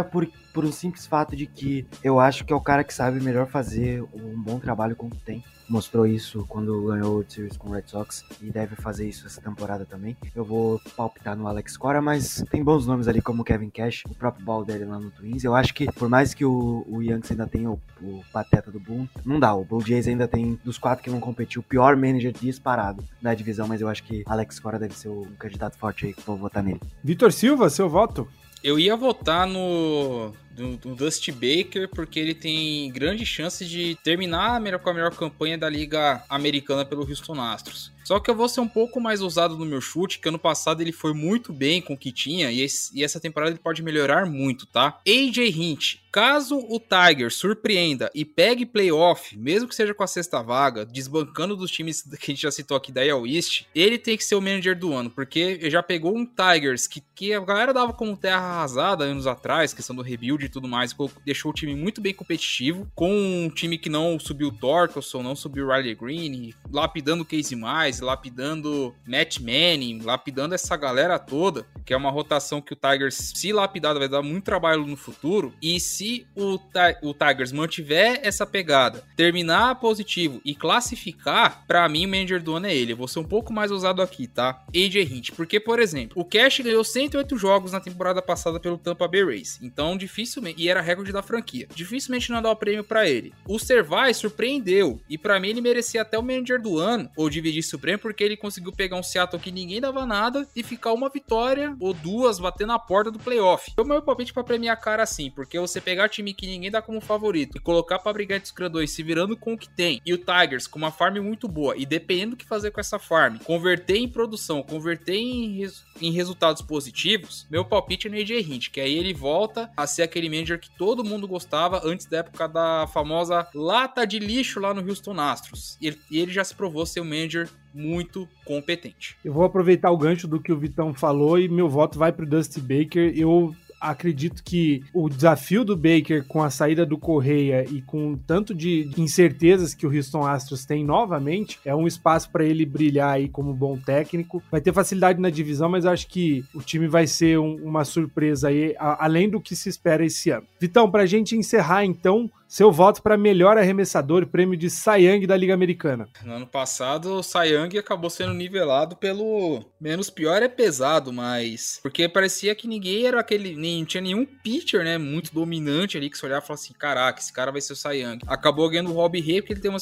por um simples fato de que eu acho que é o cara que sabe melhor fazer um bom trabalho com o que tem. Mostrou isso quando ganhou o World Series com o Red Sox e deve fazer isso essa temporada também. Eu vou palpitar no Alex Cora, mas tem bons nomes ali como o Kevin Cash, o próprio ball dele lá no Twins. Eu acho que por mais que o Yankees ainda tenha o pateta do Boone, não dá. O Blue Jays ainda tem, dos 4 que vão competir, o pior manager disparado da divisão, mas eu acho que Alex Cora deve ser um candidato forte aí que vou votar nele. Vitor Silva, seu voto? Eu ia votar no Dusty Baker, porque ele tem grande chance de terminar com a melhor campanha da Liga Americana pelo Houston Astros. Só que eu vou ser um pouco mais ousado no meu chute, que ano passado ele foi muito bem com o que tinha, e essa temporada ele pode melhorar muito, tá? AJ Hinch, caso o Tigers surpreenda e pegue playoff, mesmo que seja com a sexta vaga, desbancando dos times que a gente já citou aqui da AL East, ele tem que ser o manager do ano, porque já pegou um Tigers que a galera dava como terra arrasada anos atrás, questão do rebuild e tudo mais, deixou o time muito bem competitivo, com um time que não subiu o Torkelson, não subiu o Riley Green, lapidando o Casey Mize, lapidando Matt Manning, lapidando essa galera toda, que é uma rotação que o Tigers, se lapidado, vai dar muito trabalho no futuro. E se o Tigers mantiver essa pegada, terminar positivo e classificar, pra mim o manager do ano é ele. Eu vou ser um pouco mais ousado aqui, tá? AJ Hinch, porque, por exemplo, o Cash ganhou 108 jogos na temporada passada pelo Tampa Bay Rays, então dificilmente, e era recorde da franquia, dificilmente não dá o prêmio pra ele. O Servais surpreendeu, e pra mim ele merecia até o manager do ano, ou dividir-se o prêmio, porque ele conseguiu pegar um Seattle que ninguém dava nada e ficar uma vitória ou duas batendo na porta do playoff. Foi o meu palpite pra premiar a cara assim, porque você pegar time que ninguém dá como favorito e colocar pra brigar entre os grandões, se virando com o que tem, e o Tigers com uma farm muito boa, e dependendo do que fazer com essa farm, converter em produção, converter em resultados positivos, meu palpite é no AJ Hinch, que aí ele volta a ser aquele manager que todo mundo gostava antes da época da famosa lata de lixo lá no Houston Astros. E ele já se provou ser um manager muito competente. Eu vou aproveitar o gancho do que o Vitão falou e meu voto vai pro Dusty Baker. Eu acredito que o desafio do Baker com a saída do Correia e com tanto de incertezas que o Houston Astros tem novamente, é um espaço para ele brilhar aí como bom técnico. Vai ter facilidade na divisão, mas eu acho que o time vai ser uma surpresa aí, além do que se espera esse ano. Vitão, pra gente encerrar então, seu voto para melhor arremessador, prêmio de Cy Young da Liga Americana. No ano passado, o Cy Young acabou sendo nivelado pelo menos pior é pesado, mas porque parecia que ninguém era nem tinha nenhum pitcher, né, muito dominante ali que se olhava e falava assim, caraca, esse cara vai ser o Cy Young. Acabou ganhando o Robbie Ray porque ele tem uma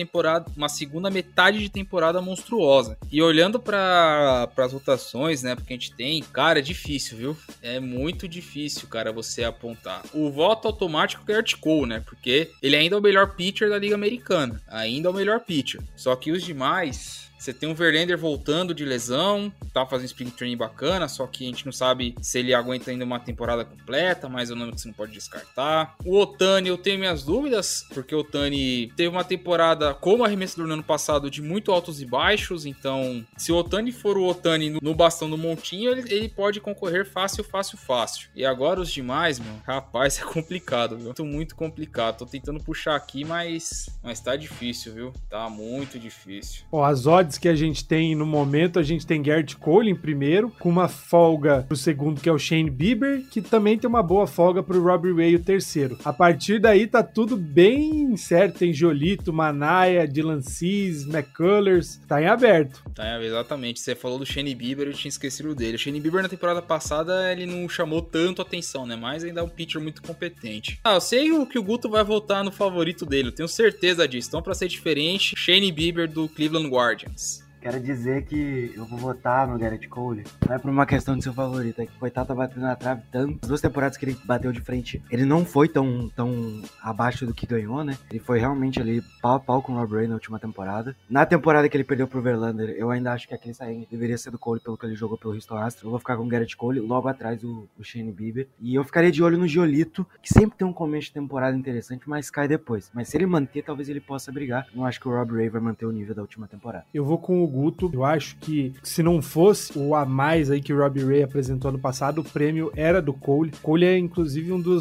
segunda metade de temporada monstruosa. E olhando para as rotações, né, porque a gente tem, cara, é difícil, viu? É muito difícil, cara, você apontar. O voto automático é Gerrit Cole, né? Porque ele ainda é o melhor pitcher da Liga Americana. Ainda é o melhor pitcher. Só que os demais... Você tem o Verlander voltando de lesão, tá fazendo spring training bacana, só que a gente não sabe se ele aguenta ainda uma temporada completa, mas é um nome que você não pode descartar. O Ohtani, eu tenho minhas dúvidas, porque o Ohtani teve uma temporada como arremessador no ano passado de muito altos e baixos, então se o Ohtani for o Ohtani no bastão do montinho, ele pode concorrer fácil. E agora os demais, meu, rapaz, é complicado, viu? Muito complicado. Tô tentando puxar aqui, mas tá difícil, viu? Tá muito difícil. Ó, as odds que a gente tem no momento, a gente tem Gerrit Cole em primeiro, com uma folga pro segundo, que é o Shane Bieber, que também tem uma boa folga pro Robbie Ray, o terceiro. A partir daí tá tudo bem certo, tem Giolito, Manaea, Dylan Cease, McCullers, tá em aberto. Tá, exatamente, você falou do Shane Bieber, eu tinha esquecido dele. O Shane Bieber na temporada passada, ele não chamou tanto atenção, né, mas ainda é um pitcher muito competente. Eu sei que o Guto vai voltar no favorito dele, eu tenho certeza disso, então pra ser diferente, Shane Bieber do Cleveland Guardians. Quero dizer que eu vou votar no Gerrit Cole, não é por uma questão de ser favorito, é que o coitado tá batendo na trave tanto. As 2 temporadas que ele bateu de frente, ele não foi tão abaixo do que ganhou, né? Ele foi realmente ali pau a pau com o Rob Ray na última temporada. Na temporada que ele perdeu pro Verlander, eu ainda acho que aquele Cy deveria ser do Cole pelo que ele jogou pelo Houston Astros. Eu vou ficar com o Gerrit Cole, logo atrás o Shane Bieber. E eu ficaria de olho no Giolito, que sempre tem um começo de temporada interessante, mas cai depois. Mas se ele manter, talvez ele possa brigar. Não acho que o Rob Ray vai manter o nível da última temporada. Eu vou com o Guto. Eu acho que se não fosse o a mais aí que o Robbie Ray apresentou ano passado, o prêmio era do Cole. Cole é inclusive um dos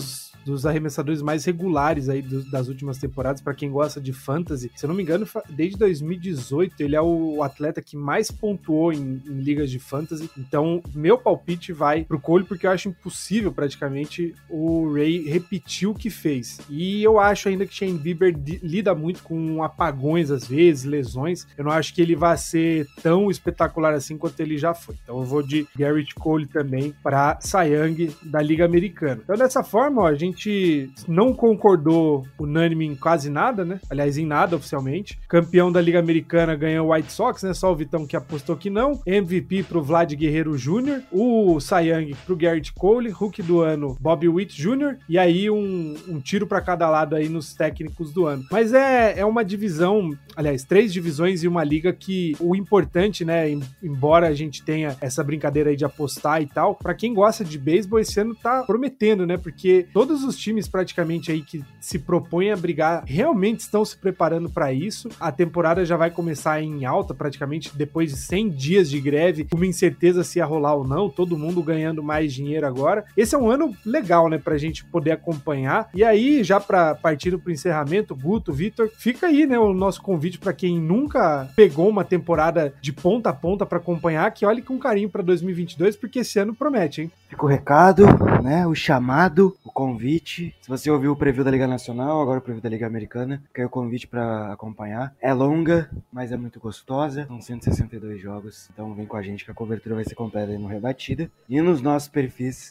dos arremessadores mais regulares aí das últimas temporadas, para quem gosta de fantasy. Se eu não me engano, desde 2018 ele é o atleta que mais pontuou em ligas de fantasy. Então, meu palpite vai pro Cole, porque eu acho impossível praticamente o Ray repetir o que fez. E eu acho ainda que Shane Bieber lida muito com apagões às vezes, lesões. Eu não acho que ele vai ser tão espetacular assim quanto ele já foi. Então eu vou de Garrett Cole também para Cy Young da Liga Americana. Então dessa forma, ó, a gente não concordou unânime em quase nada, né? Aliás, em nada oficialmente. Campeão da Liga Americana ganhou o White Sox, né? Só o Vitão que apostou que não. MVP pro Vlad Guerrero Jr., o Cy Young pro Garrett Cole, Rookie do ano Bobby Witt Jr., e aí um tiro para cada lado aí nos técnicos do ano. Mas é uma divisão, aliás, 3 divisões e uma liga que o importante, né, embora a gente tenha essa brincadeira aí de apostar e tal, para quem gosta de beisebol, esse ano tá prometendo, né, porque todos os times praticamente aí que se propõem a brigar realmente estão se preparando para isso. A temporada já vai começar em alta, praticamente depois de 100 dias de greve, uma incerteza se ia rolar ou não, todo mundo ganhando mais dinheiro agora. Esse é um ano legal, né, pra gente poder acompanhar. E aí, já pra partir pro encerramento, Guto, Vitor, fica aí, né, o nosso convite para quem nunca pegou uma temporada de ponta a ponta para acompanhar, que olhe com carinho para 2022, porque esse ano promete, hein? Fica o recado, né, o chamado, o convite. Se você ouviu o preview da Liga Nacional, agora o preview da Liga Americana, fica aí o convite para acompanhar. É longa, mas é muito gostosa, são 162 jogos, então vem com a gente que a cobertura vai ser completa aí no Rebatida e nos nossos perfis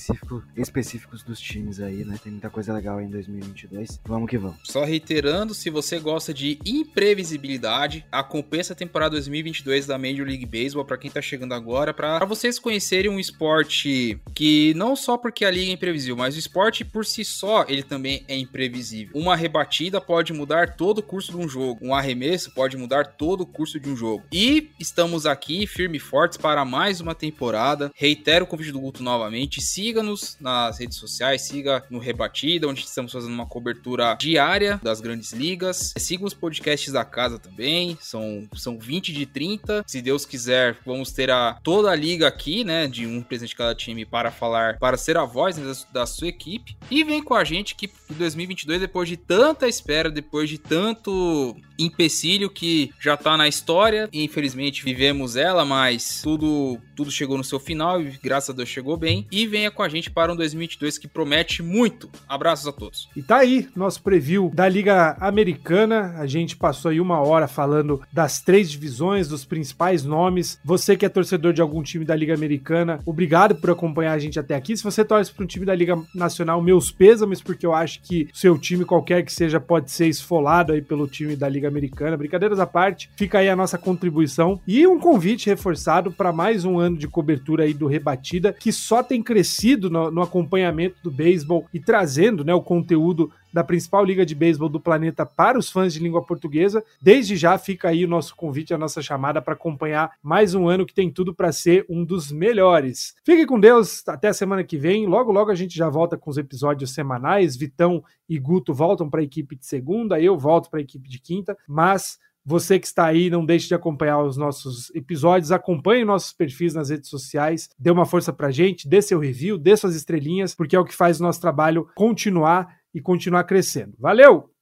específicos dos times aí, né, tem muita coisa legal aí em 2022, vamos que vamos. Só reiterando, se você gosta de imprevisibilidade, acompanhe essa temporada 2022 da Major League Baseball, para quem tá chegando agora, para vocês conhecerem um esporte que não só porque a liga é imprevisível, mas o esporte por si só, ele também é imprevisível. Uma rebatida pode mudar todo o curso de um jogo, um arremesso pode mudar todo o curso de um jogo. E estamos aqui, firme e fortes, para mais uma temporada. Reitero o convite do Guto novamente, siga-nos nas redes sociais, siga no Rebatida, onde estamos fazendo uma cobertura diária das grandes ligas. Siga os podcasts da casa também, são 20 de 30. Se Deus quiser, vamos ter toda a liga aqui, né, de um presidente de cada time para falar, para ser a voz, né, da sua equipe. E vem com a gente que em 2022, depois de tanta espera, depois de tanto empecilho que já tá na história, e infelizmente vivemos ela, mas tudo chegou no seu final e graças a Deus chegou bem. E venha com a gente para um 2022 que promete muito. Abraços a todos. E tá aí nosso preview da Liga Americana. A gente passou aí 1 hora falando das 3 divisões, dos principais nomes. Você que é torcedor de algum time da Liga Americana, obrigado por acompanhar a gente até aqui. Se você torce para um time da Liga Nacional, meus pêsames, porque eu acho que o seu time, qualquer que seja, pode ser esfolado aí pelo time da Liga Americana. Brincadeiras à parte, fica aí a nossa contribuição e um convite reforçado para mais um ano de cobertura aí do Rebatida, que só tem crescido no acompanhamento do beisebol e trazendo, né, o conteúdo da principal liga de beisebol do planeta para os fãs de língua portuguesa. Desde já fica aí o nosso convite, a nossa chamada para acompanhar mais um ano que tem tudo para ser um dos melhores. Fique com Deus, até a semana que vem. Logo, logo a gente já volta com os episódios semanais. Vitão e Guto voltam para a equipe de segunda, eu volto para a equipe de quinta, mas você que está aí, não deixe de acompanhar os nossos episódios, acompanhe nossos perfis nas redes sociais, dê uma força pra gente, dê seu review, dê suas estrelinhas, porque é o que faz o nosso trabalho continuar crescendo. Valeu!